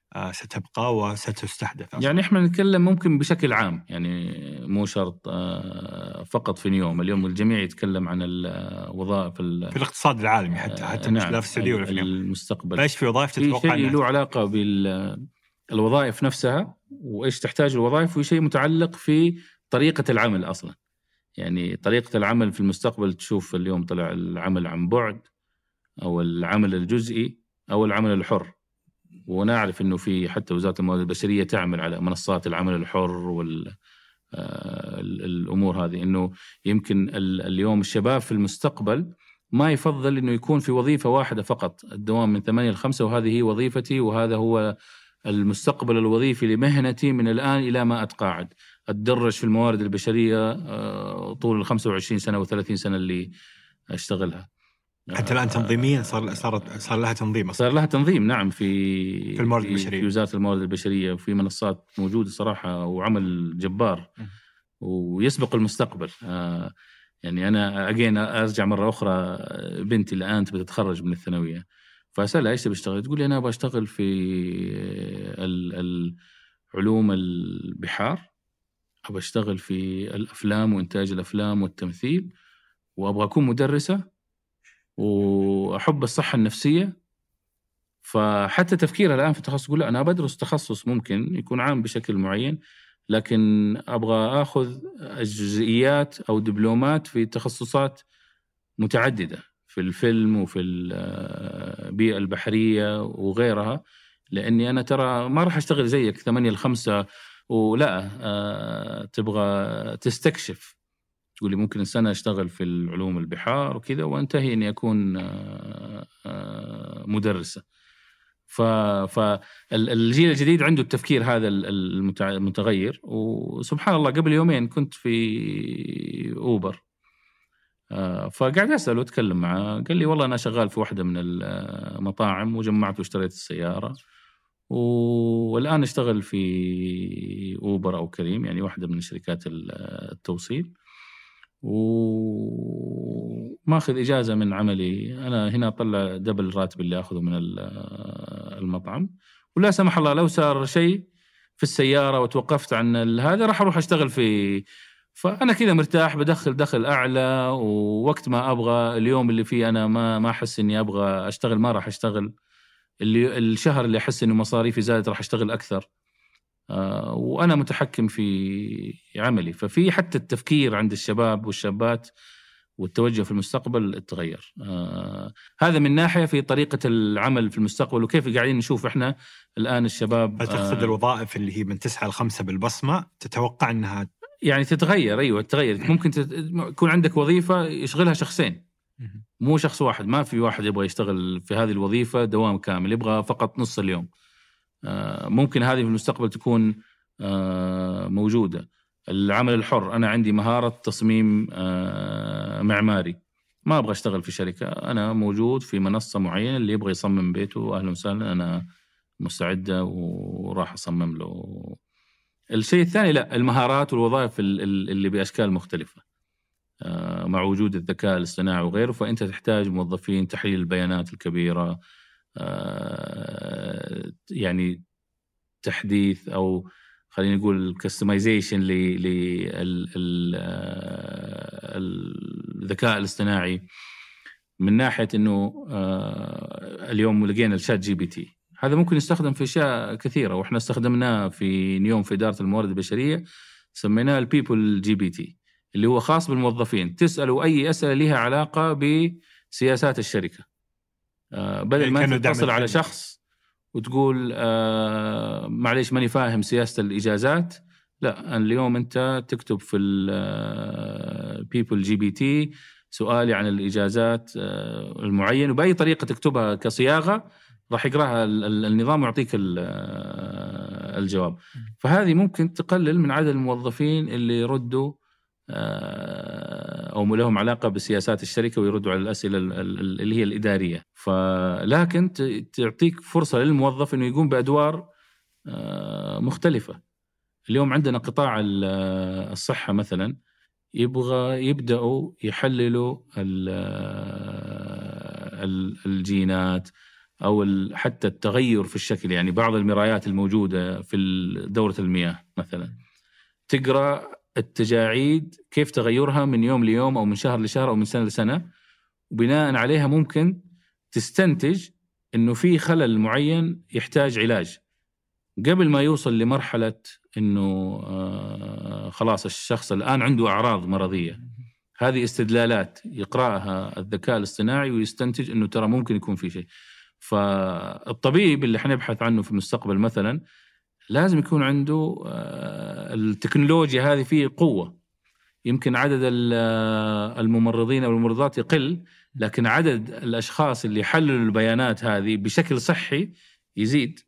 ستبقى وستستحدث أصلاً. يعني إحنا نتكلم ممكن بشكل عام، يعني مو شرط فقط في اليوم. اليوم الجميع يتكلم عن الوظائف في الاقتصاد العالمي حتى حتى مش لا في السعودية ولا في المستقبل. إيش في وظائف في تتوقع شيء له علاقة بالوظائف نفسها وإيش تحتاج الوظائف، وشيء متعلق في طريقة العمل أصلاً. يعني طريقة العمل في المستقبل، تشوف اليوم طلع العمل عن بعد أو العمل الجزئي أو العمل الحر. ونعرف إنه في حتى وزارة الموارد البشرية تعمل على منصات العمل الحر والأمور هذه. إنه يمكن اليوم الشباب في المستقبل ما يفضل إنه يكون في وظيفة واحدة فقط، الدوام من ثمانية لخمسة وهذه هي وظيفتي وهذا هو المستقبل الوظيفي لمهنتي من الآن إلى ما أتقاعد. أتدرج في الموارد البشرية طول الخمسة وعشرين سنة وثلاثين سنة اللي أشتغلها. حتى الآن تنظيميا صار صار صار لها تنظيم صار لها تنظيم نعم في في الموارد البشرية، في وزارة الموارد البشرية، وفي منصات موجودة صراحة، وعمل جبار ويسبق المستقبل. آه يعني أنا أجينا أرجع مرة أخرى، بنتي الآن تبي تتخرج من الثانوية، فأسألها إيش بشتغل؟ تقول لي أنا بشتغل في العلوم البحار، أبى أشتغل في الأفلام وإنتاج الأفلام والتمثيل، وأبغى أكون مدرسة، وأحب الصحة النفسية. فحتى تفكيرها الآن في التخصص، تقول لا أنا بدرس تخصص ممكن يكون عام بشكل معين، لكن أبغى أخذ الجزئيات أو دبلومات في تخصصات متعددة في الفيلم وفي البيئة البحرية وغيرها، لأني أنا ترى ما راح أشتغل زيك ثمانية لخمسة ولا أه تبغى تستكشف. تقولي ممكن السنة أشتغل في العلوم البحار وكذا وانتهي أني أكون أه أه مدرسة. فالجيل الجديد عنده التفكير هذا المتغير. وسبحان الله قبل يومين كنت في أوبر، أه فقاعد أسأل وأتكلم معه، قال لي والله أنا شغال في واحدة من المطاعم وجمعت واشتريت السيارة، والآن اشتغل في أوبر أو كريم، يعني واحدة من شركات التوصيل، وماخذ إجازة من عملي. أنا هنا أطلع دبل الراتب اللي أخذه من المطعم، ولا سمح الله لو صار شيء في السيارة وتوقفت عن هذا راح أروح أشتغل في. فأنا كذا مرتاح، بدخل دخل أعلى، ووقت ما أبغى اليوم اللي فيه أنا ما ما أحس إني أبغى أشتغل ما راح أشتغل. اللي الشهر اللي أحس إنه مصاريفي زادت راح أشتغل أكثر، آه وأنا متحكم في عملي. ففي حتى التفكير عند الشباب والشابات والتوجه في المستقبل تغير. آه هذا من ناحية في طريقة العمل في المستقبل، وكيف قاعدين نشوف إحنا الآن الشباب. هل تقصد آه الوظائف اللي هي من تسعة لخمسة بالبصمة تتوقع أنها يعني تتغير؟ أيوة تتغير. ممكن يكون عندك وظيفة يشغلها شخصين، مو شخص واحد. ما في واحد يبغى يشتغل في هذه الوظيفة دوام كامل، يبغى فقط نص اليوم. ممكن هذه في المستقبل تكون موجودة. العمل الحر، أنا عندي مهارة تصميم معماري، ما أبغى أشتغل في شركة، أنا موجود في منصة معينة، اللي يبغى يصمم بيته أهلا وسهلا، أنا مستعدة وراح أصمم له. الشيء الثاني لا، المهارات والوظائف اللي بأشكال مختلفة مع وجود الذكاء الاصطناعي وغيره، فأنت تحتاج موظفين تحليل البيانات الكبيرة، يعني تحديث أو خلينا نقول كستمايزيشن للذكاء الاصطناعي، من ناحية أنه اليوم لقينا الشات جي بي تي، هذا ممكن يستخدم في أشياء كثيرة، وإحنا استخدمناه في نيوم في إدارة الموارد البشرية، سميناه البيبل جي بي تي، اللي هو خاص بالموظفين. تسألوا أي أسئلة لها علاقة بسياسات الشركة، آه بدل ما تتصل على شخص وتقول آه معليش ماني فاهم سياسة الإجازات، لا اليوم أنت تكتب في البيبل جي بي تي سؤالي عن الإجازات آه المعين، وبأي طريقة تكتبها كصياغة راح يقرأها النظام ويعطيك الجواب. فهذه ممكن تقلل من عدد الموظفين اللي يردوا أو لهم علاقة بسياسات الشركة ويردوا على الأسئلة اللي هي الإدارية. فلكن تعطيك فرصة للموظف أنه يقوم بأدوار مختلفة. اليوم عندنا قطاع الصحة مثلا، يبغى يبدأوا يحللوا الجينات أو حتى التغير في الشكل. يعني بعض المرايات الموجودة في دورة المياه مثلا تقرأ التجاعيد كيف تغيرها من يوم ليوم أو من شهر لشهر أو من سنة لسنة، وبناء عليها ممكن تستنتج إنه في خلل معين يحتاج علاج قبل ما يوصل لمرحلة إنه آه خلاص الشخص الآن عنده أعراض مرضية. هذه استدلالات يقرأها الذكاء الاصطناعي ويستنتج إنه ترى ممكن يكون في شيء. فالطبيب اللي حنبحث عنه في المستقبل مثلا لازم يكون عنده آه التكنولوجيا هذه فيه قوة. يمكن عدد الممرضين أو الممرضات يقل، لكن عدد الأشخاص اللي يحللوا البيانات هذه بشكل صحي يزيد.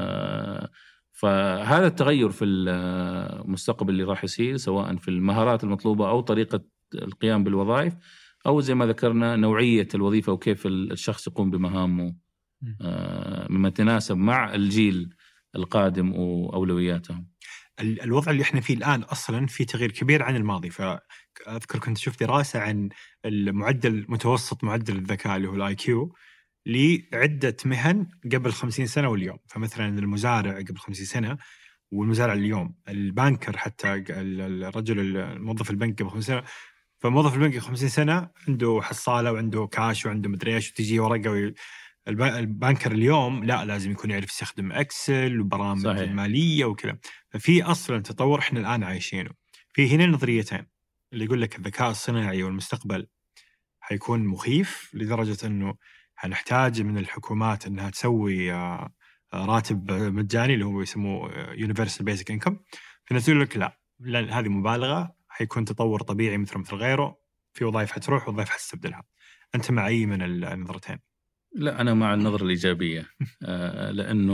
فهذا التغير في المستقبل اللي راح يصير سواء في المهارات المطلوبة أو طريقة القيام بالوظائف أو زي ما ذكرنا نوعية الوظيفة وكيف الشخص يقوم بمهامه مما تناسب مع الجيل القادم وأولوياتهم. الوضع اللي احنا فيه الآن أصلا في تغيير كبير عن الماضي. فأذكر كنت شفت دراسة عن المعدل متوسط معدل الذكاء اللي هو الآي كيو لعدة مهن قبل خمسين سنة واليوم. فمثلا المزارع قبل خمسين سنة والمزارع اليوم، البانكر حتى الرجل الموظف البنك قبل خمسين سنة. فموظف البنك قبل خمسين سنة عنده حصالة وعنده كاش وعنده مدري ايش وتجي ورقة وي... البانكر اليوم لا، لازم يكون يعرف يستخدم اكسل وبرامج صحيح. الماليه وكذا. ففي اصلا تطور احنا الان عايشينه. في هنا نظريتين، اللي يقول لك الذكاء الصناعي والمستقبل حيكون مخيف لدرجه انه هنحتاج من الحكومات انها تسوي راتب مجاني اللي هو يسموه Universal Basic Income. في ناس يقول لك لا, لا هذه مبالغه، حيكون تطور طبيعي مثل مثل غيره، في وظائف حتروح وظائف حتستبدلها. انت مع اي من النظرتين؟ لا، أنا مع النظرة الإيجابية. لأنه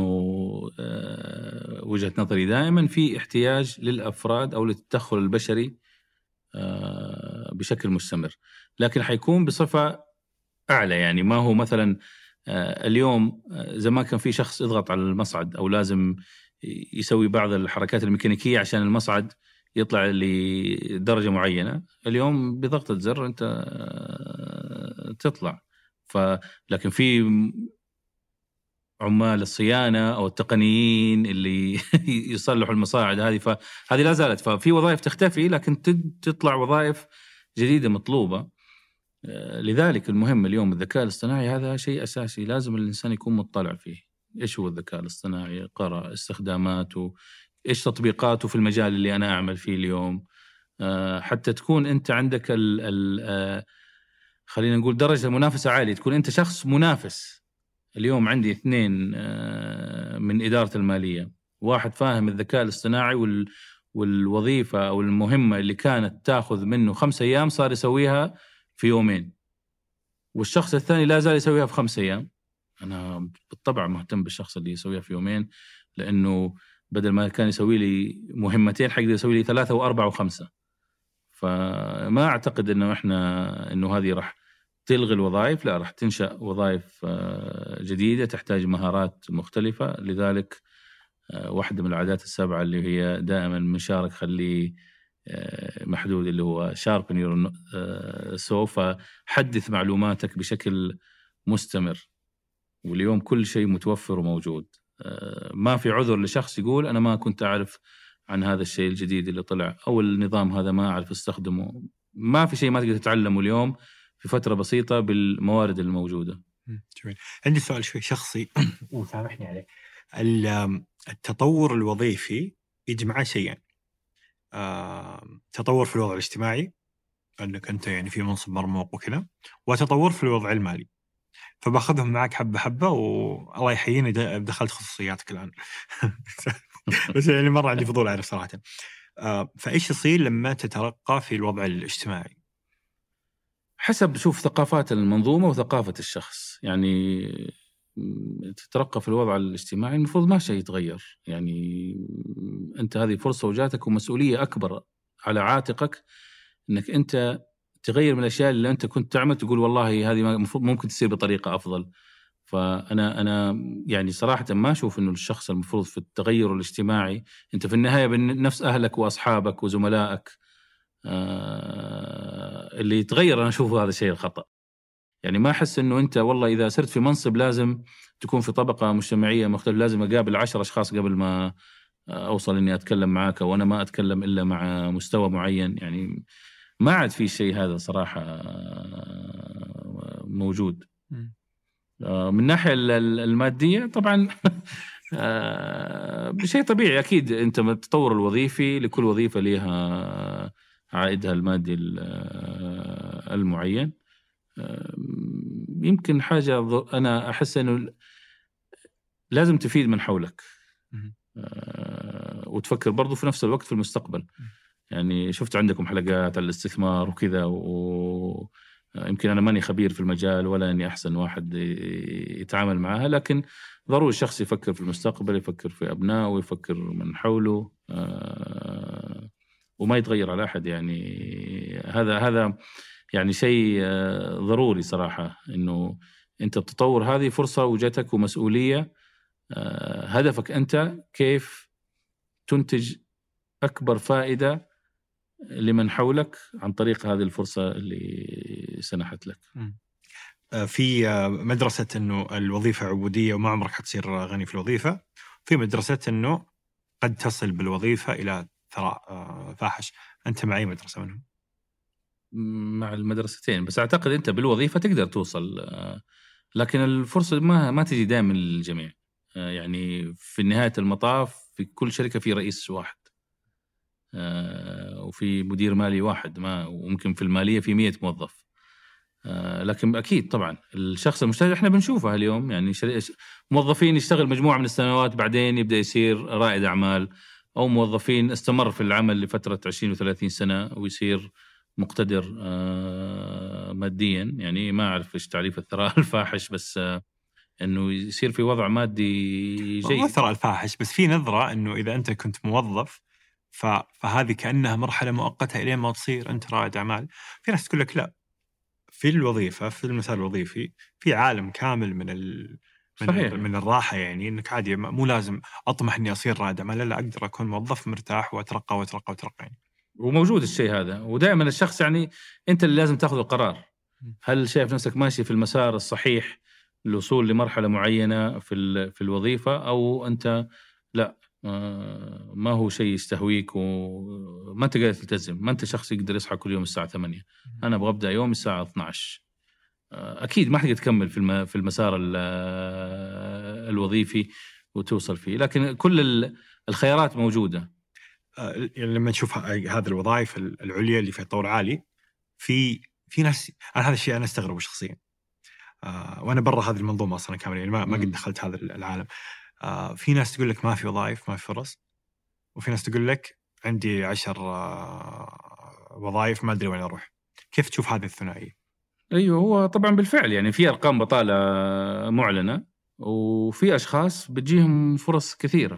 وجهة نظري دائما في احتياج للأفراد أو للتدخل البشري بشكل مستمر، لكن حيكون بصفة أعلى. يعني ما هو مثلا اليوم زمان كان في شخص يضغط على المصعد أو لازم يسوي بعض الحركات الميكانيكية عشان المصعد يطلع لدرجة معينة. اليوم بضغطة زر أنت تطلع. ف... لكن في عمال الصيانة أو التقنيين اللي يصلحوا المصاعد هذه، فهذه لا زالت. ففي وظائف تختفي لكن تطلع وظائف جديدة مطلوبة. لذلك المهم اليوم الذكاء الاصطناعي هذا شيء أساسي، لازم الإنسان يكون مطلع فيه. إيش هو الذكاء الاصطناعي؟ قرأ استخداماته، إيش تطبيقاته في المجال اللي أنا أعمل فيه اليوم، حتى تكون أنت عندك ال ال خلينا نقول درجة المنافسة عالية، تكون أنت شخص منافس. اليوم عندي اثنين من إدارة المالية، واحد فاهم الذكاء الاصطناعي وال والوظيفة أو المهمة اللي كانت تأخذ منه خمس أيام صار يسويها في يومين، والشخص الثاني لا زال يسويها في خمس أيام. أنا بالطبع مهتم بالشخص اللي يسويها في يومين، لأنه بدل ما كان يسوي لي مهمتين حيقدر يسوي لي ثلاثة وأربعة وخمسة. فما أعتقد إنه إحنا إنه هذه راح تلغي الوظائف، لا، راح تنشأ وظائف جديدة تحتاج مهارات مختلفة. لذلك واحدة من العادات السبعة اللي هي دائما مشارك خليه محدود، اللي هو sharpen your سوف حدث معلوماتك بشكل مستمر. واليوم كل شيء متوفر وموجود، ما في عذر لشخص يقول أنا ما كنت أعرف عن هذا الشيء الجديد اللي طلع أو النظام هذا ما أعرف استخدمه. ما في شيء ما تقدر تتعلمه اليوم في فترة بسيطة بالموارد الموجودة. جميل. عندي سؤال شوي شخصي وسامحني عليه. التطور الوظيفي يجمع شيئين، تطور في الوضع الاجتماعي أنك أنت يعني في منصب مرموق وكذا، وتطور في الوضع المالي. فباخذهم معك حبة حبة، والله يحييني دخلت خصوصياتك الآن. بس يعني مرة عندي فضول أعرف صراحة. فإيش يصير لما تترقى في الوضع الاجتماعي؟ حسب شوف ثقافات المنظومة وثقافة الشخص. يعني تترقى في الوضع الاجتماعي المفروض ما شيء يتغير. يعني أنت هذه فرصة وجاتك ومسؤولية أكبر على عاتقك أنك أنت تغير من الأشياء اللي أنت كنت تعمل، تقول والله هذه المفروض ممكن تصير بطريقة أفضل. فأنا أنا يعني صراحة ما أشوف إنه الشخص المفروض في التغير الاجتماعي، أنت في النهاية بنفس أهلك وأصحابك وزملائك آه اللي يتغير. أنا أشوف هذا الشيء الخطأ. يعني ما أحس إنه أنت والله إذا صرت في منصب لازم تكون في طبقة مجتمعية مختلفة، لازم أقابل عشر أشخاص قبل ما أوصل إني أتكلم معك، وأنا ما أتكلم إلا مع مستوى معين. يعني ما عاد في شيء هذا صراحة موجود. من ناحية المادية طبعا بشيء طبيعي أكيد، أنت التطور الوظيفي لكل وظيفة لها عائدها المادي المعين. يمكن حاجة أنا أحس أنه لازم تفيد من حولك وتفكر برضو في نفس الوقت في المستقبل. يعني شفت عندكم حلقات على الاستثمار وكذا، ويمكن أنا ماني خبير في المجال ولا أني أحسن واحد يتعامل معها، لكن ضروري الشخص يفكر في المستقبل، يفكر في أبنائه ويفكر من حوله، وما يتغير على أحد. يعني هذا هذا يعني شيء ضروري صراحة، إنه أنت التطور هذه فرصة وجتك ومسؤولية. هدفك أنت كيف تنتج أكبر فائدة لمن حولك عن طريق هذه الفرصة اللي سنحت لك. في مدرسة أنه الوظيفة عبودية وما عمرك حتصير غني في الوظيفة، في مدرسة أنه قد تصل بالوظيفة إلى ثراء فاحش. أنت مع أي مدرسة منهم؟ مع المدرستين، بس أعتقد أنت بالوظيفة تقدر توصل، لكن الفرصة ما ما تجي دائما للجميع. يعني في نهاية المطاف في كل شركة في رئيس واحد وفي مدير مالي واحد، ما وممكن في المالية في مية موظف. لكن أكيد طبعا الشخص المجتهد إحنا بنشوفها اليوم، يعني موظفين يشتغل مجموعة من السنوات بعدين يبدأ يصير رائد أعمال، أو موظفين استمر في العمل لفترة عشرين وثلاثين سنة ويصير مقتدر ماديا. يعني ما أعرف إيش تعريف الثراء الفاحش، بس إنه يصير في وضع مادي جيد. مو الثراء الفاحش، بس في نظرة إنه إذا أنت كنت موظف فهذه كأنها مرحلة مؤقتة إلين ما تصير أنت رائد أعمال. في ناس تقول لك لا، في الوظيفة في المثال الوظيفي في عالم كامل من ال من, صحيح. من الراحة. يعني إنك عادي مو لازم أطمح إني أصير رائد أعمال، لا أقدر أكون موظف مرتاح وأترقى وأترقى وأترقى يعني. وموجود الشيء هذا، ودائما الشخص يعني أنت اللي لازم تأخذ القرار. هل شايف نفسك ماشي في المسار الصحيح للوصول لمرحلة معينة في في الوظيفة، أو أنت لا ما هو شيء يستهويك وما أنت قادر تلتزم، ما أنت شخص يقدر يصحى كل يوم الساعة ثمانية، أنا أبغى أبدأ يوم الساعة اثني عشر. أكيد ما حتقدر تكمل في في المسار الوظيفي وتوصل فيه، لكن كل الخيارات موجودة. يعني لما نشوف هذه الوظائف العليا اللي فيها طور عالي، في في ناس، أنا هذا الشيء أنا استغربه شخصيا، آه وأنا برا هذه المنظومة أصلا كاملة، يعني ما ما قد دخلت هذا العالم. آه في ناس تقول لك ما في وظائف، ما في فرص، وفي ناس تقول لك عندي عشر آه وظائف ما أدري وين أروح. كيف تشوف هذه الثنائية؟ أيوه، هو طبعا بالفعل يعني في أرقام بطالة معلنة، وفي أشخاص بتجيهم فرص كثيرة.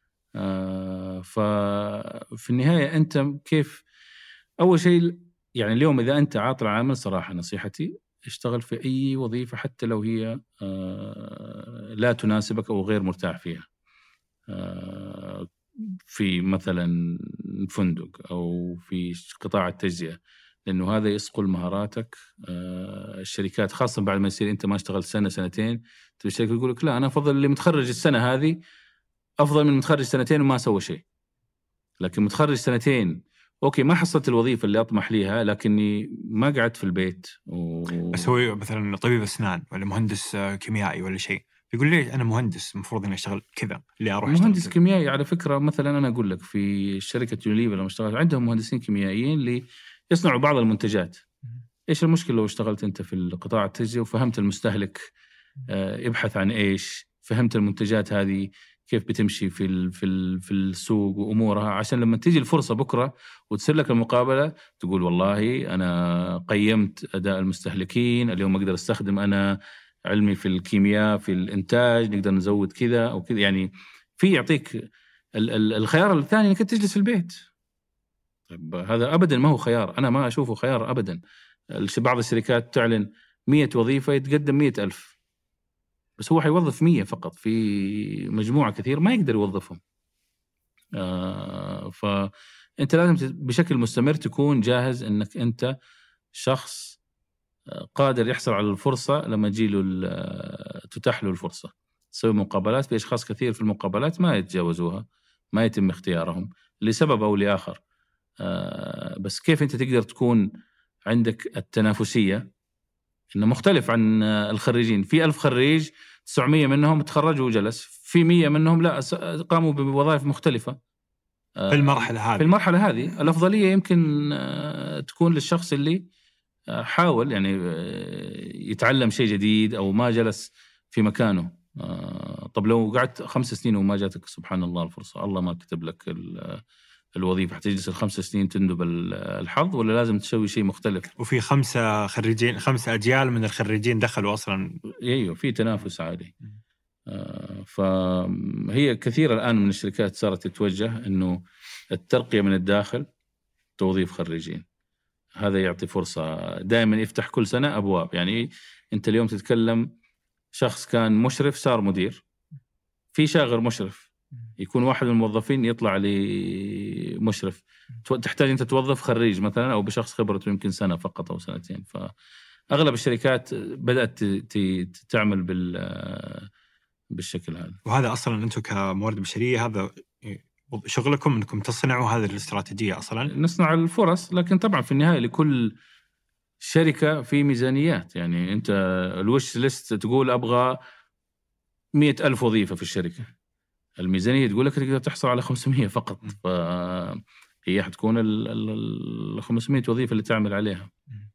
آه ففي النهاية أنت كيف، أول شيء يعني اليوم إذا أنت عاطل عامل، صراحة نصيحتي اشتغل في أي وظيفة حتى لو هي آه لا تناسبك أو غير مرتاح فيها، آه في مثلا فندق أو في قطاع التجزئة، لأنه هذا يصقل مهاراتك. آه الشركات خاصة بعد ما يصير أنت ما اشتغلت سنة سنتين، الشركة يقول لك لا، أنا أفضل اللي متخرج السنة هذه أفضل من متخرج سنتين وما سوى شيء. لكن متخرج سنتين أوكي ما حصلت الوظيفة اللي أطمح ليها، لكني ما قعدت في البيت و... بس هو مثلا طبيب أسنان ولا مهندس كيميائي ولا شيء، يقول لي أنا مهندس المفروض إني أشتغل كذا، اللي أروح مهندس كيميائي. على فكرة مثلا أنا أقول لك في شركة يونيليفر لما اشتغلت عندهم مهندسين كيميائيين اللي يصنعوا بعض المنتجات. إيش المشكلة لو اشتغلت أنت في القطاع التجزئة وفهمت المستهلك آه يبحث عن إيش، فهمت المنتجات هذه كيف بتمشي في ال في ال في السوق وأمورها، عشان لما تيجي الفرصة بكرة وتصير لك المقابلة تقول والله أنا قيمت أداء المستهلكين اليوم، أقدر أستخدم أنا علمي في الكيمياء في الإنتاج، نقدر نزود كذا أو كذا. يعني في يعطيك ال ال الخيار الثاني إنك تجلس في البيت. طيب هذا أبدا ما هو خيار، أنا ما أشوفه خيار أبدا. بعض الشركات تعلن مية وظيفة يتقدم مية ألف، بس هو حيوظف مية فقط في مجموعة كثير ما يقدر يوظفهم. آه فأنت لازم بشكل مستمر تكون جاهز أنك أنت شخص قادر يحصل على الفرصة لما تجيله تتاح له الفرصة. تسوي مقابلات، في أشخاص كثير في المقابلات ما يتجاوزوها، ما يتم اختيارهم لسبب أو لآخر. بس كيف أنت تقدر تكون عندك التنافسية إنه مختلف عن الخريجين؟ في ألف خريج تسعمية منهم تخرجوا وجلس، في مية منهم لا قاموا بوظائف مختلفة. في المرحلة هذه في المرحلة هذه الأفضلية يمكن تكون للشخص اللي حاول يعني يتعلم شيء جديد أو ما جلس في مكانه. طب لو قعدت خمس سنين وما جاتك سبحان الله الفرصة، الله ما كتب لك الوظيفة، حتجلس الخمس سنين تندب الحظ ولا لازم تسوي شيء مختلف؟ وفي خمسة خريجين، خمسة أجيال من الخريجين دخلوا أصلا. أيوه في تنافس عالي. فهي كثير الآن من الشركات صارت تتوجه إنه الترقية من الداخل، توظيف خريجين، هذا يعطي فرصة دائما، يفتح كل سنة أبواب. يعني أنت اليوم تتكلم شخص كان مشرف صار مدير، في شاغر مشرف يكون واحد من الموظفين يطلع لي مشرف، تحتاج أنت توظف خريج مثلا أو بشخص خبرته يمكن سنة فقط أو سنتين. فأغلب الشركات بدأت تعمل بال بالشكل هذا. وهذا أصلا أنتم كموارد بشرية هذا شغلكم أنكم تصنعوا هذه الاستراتيجية أصلا؟ نصنع الفرص، لكن طبعا في النهاية لكل شركة في ميزانيات. يعني أنت الوش ليست تقول أبغى مئة ألف وظيفة في الشركة، الميزانية تقول لك تقدر تحصل على خمسمية فقط، فهي حتكون ال خمسمية وظيفة اللي تعمل عليها.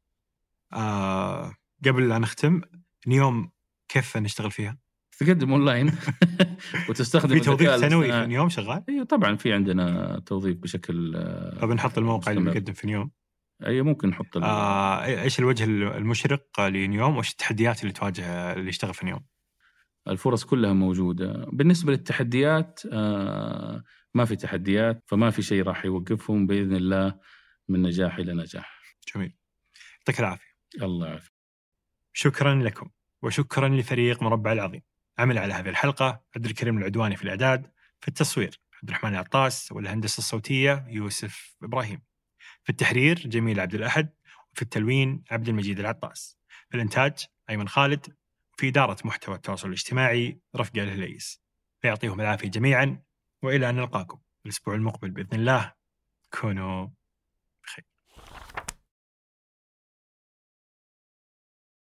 آه قبل أن نختم، نيوم كيف نشتغل فيها؟ تقدم أونلاين وتستخدم في توظيف سنوي في نيوم شغال؟ أيوة طبعا في عندنا توظيف بشكل. طب نحط الموقع اللي بيقدم في نيوم. أيوة ممكن نحط. آه إيش الوجه المشرق لنيوم وإيش التحديات اللي تواجه اللي يشتغل في نيوم؟ الفرص كلها موجودة. بالنسبة للتحديات آه ما في تحديات، فما في شيء راح يوقفهم بإذن الله من نجاح إلى نجاح. جميل، يعطيك العافية. الله يعافيك. شكرا لكم وشكرا لفريق مربع العظيم. عمل على هذه الحلقة عبد الكريم العدواني في الإعداد، في التصوير عبد الرحمن العطاس، والهندسة الصوتية يوسف إبراهيم، في التحرير جميل عبد الأحد، وفي التلوين عبد المجيد العطاس، في الإنتاج أيمن خالد، وفي إدارة محتوى التواصل الاجتماعي رفقة الهليس. فيعطيهم العافية جميعا، وإلى أن نلقاكم الأسبوع المقبل بإذن الله. كونوا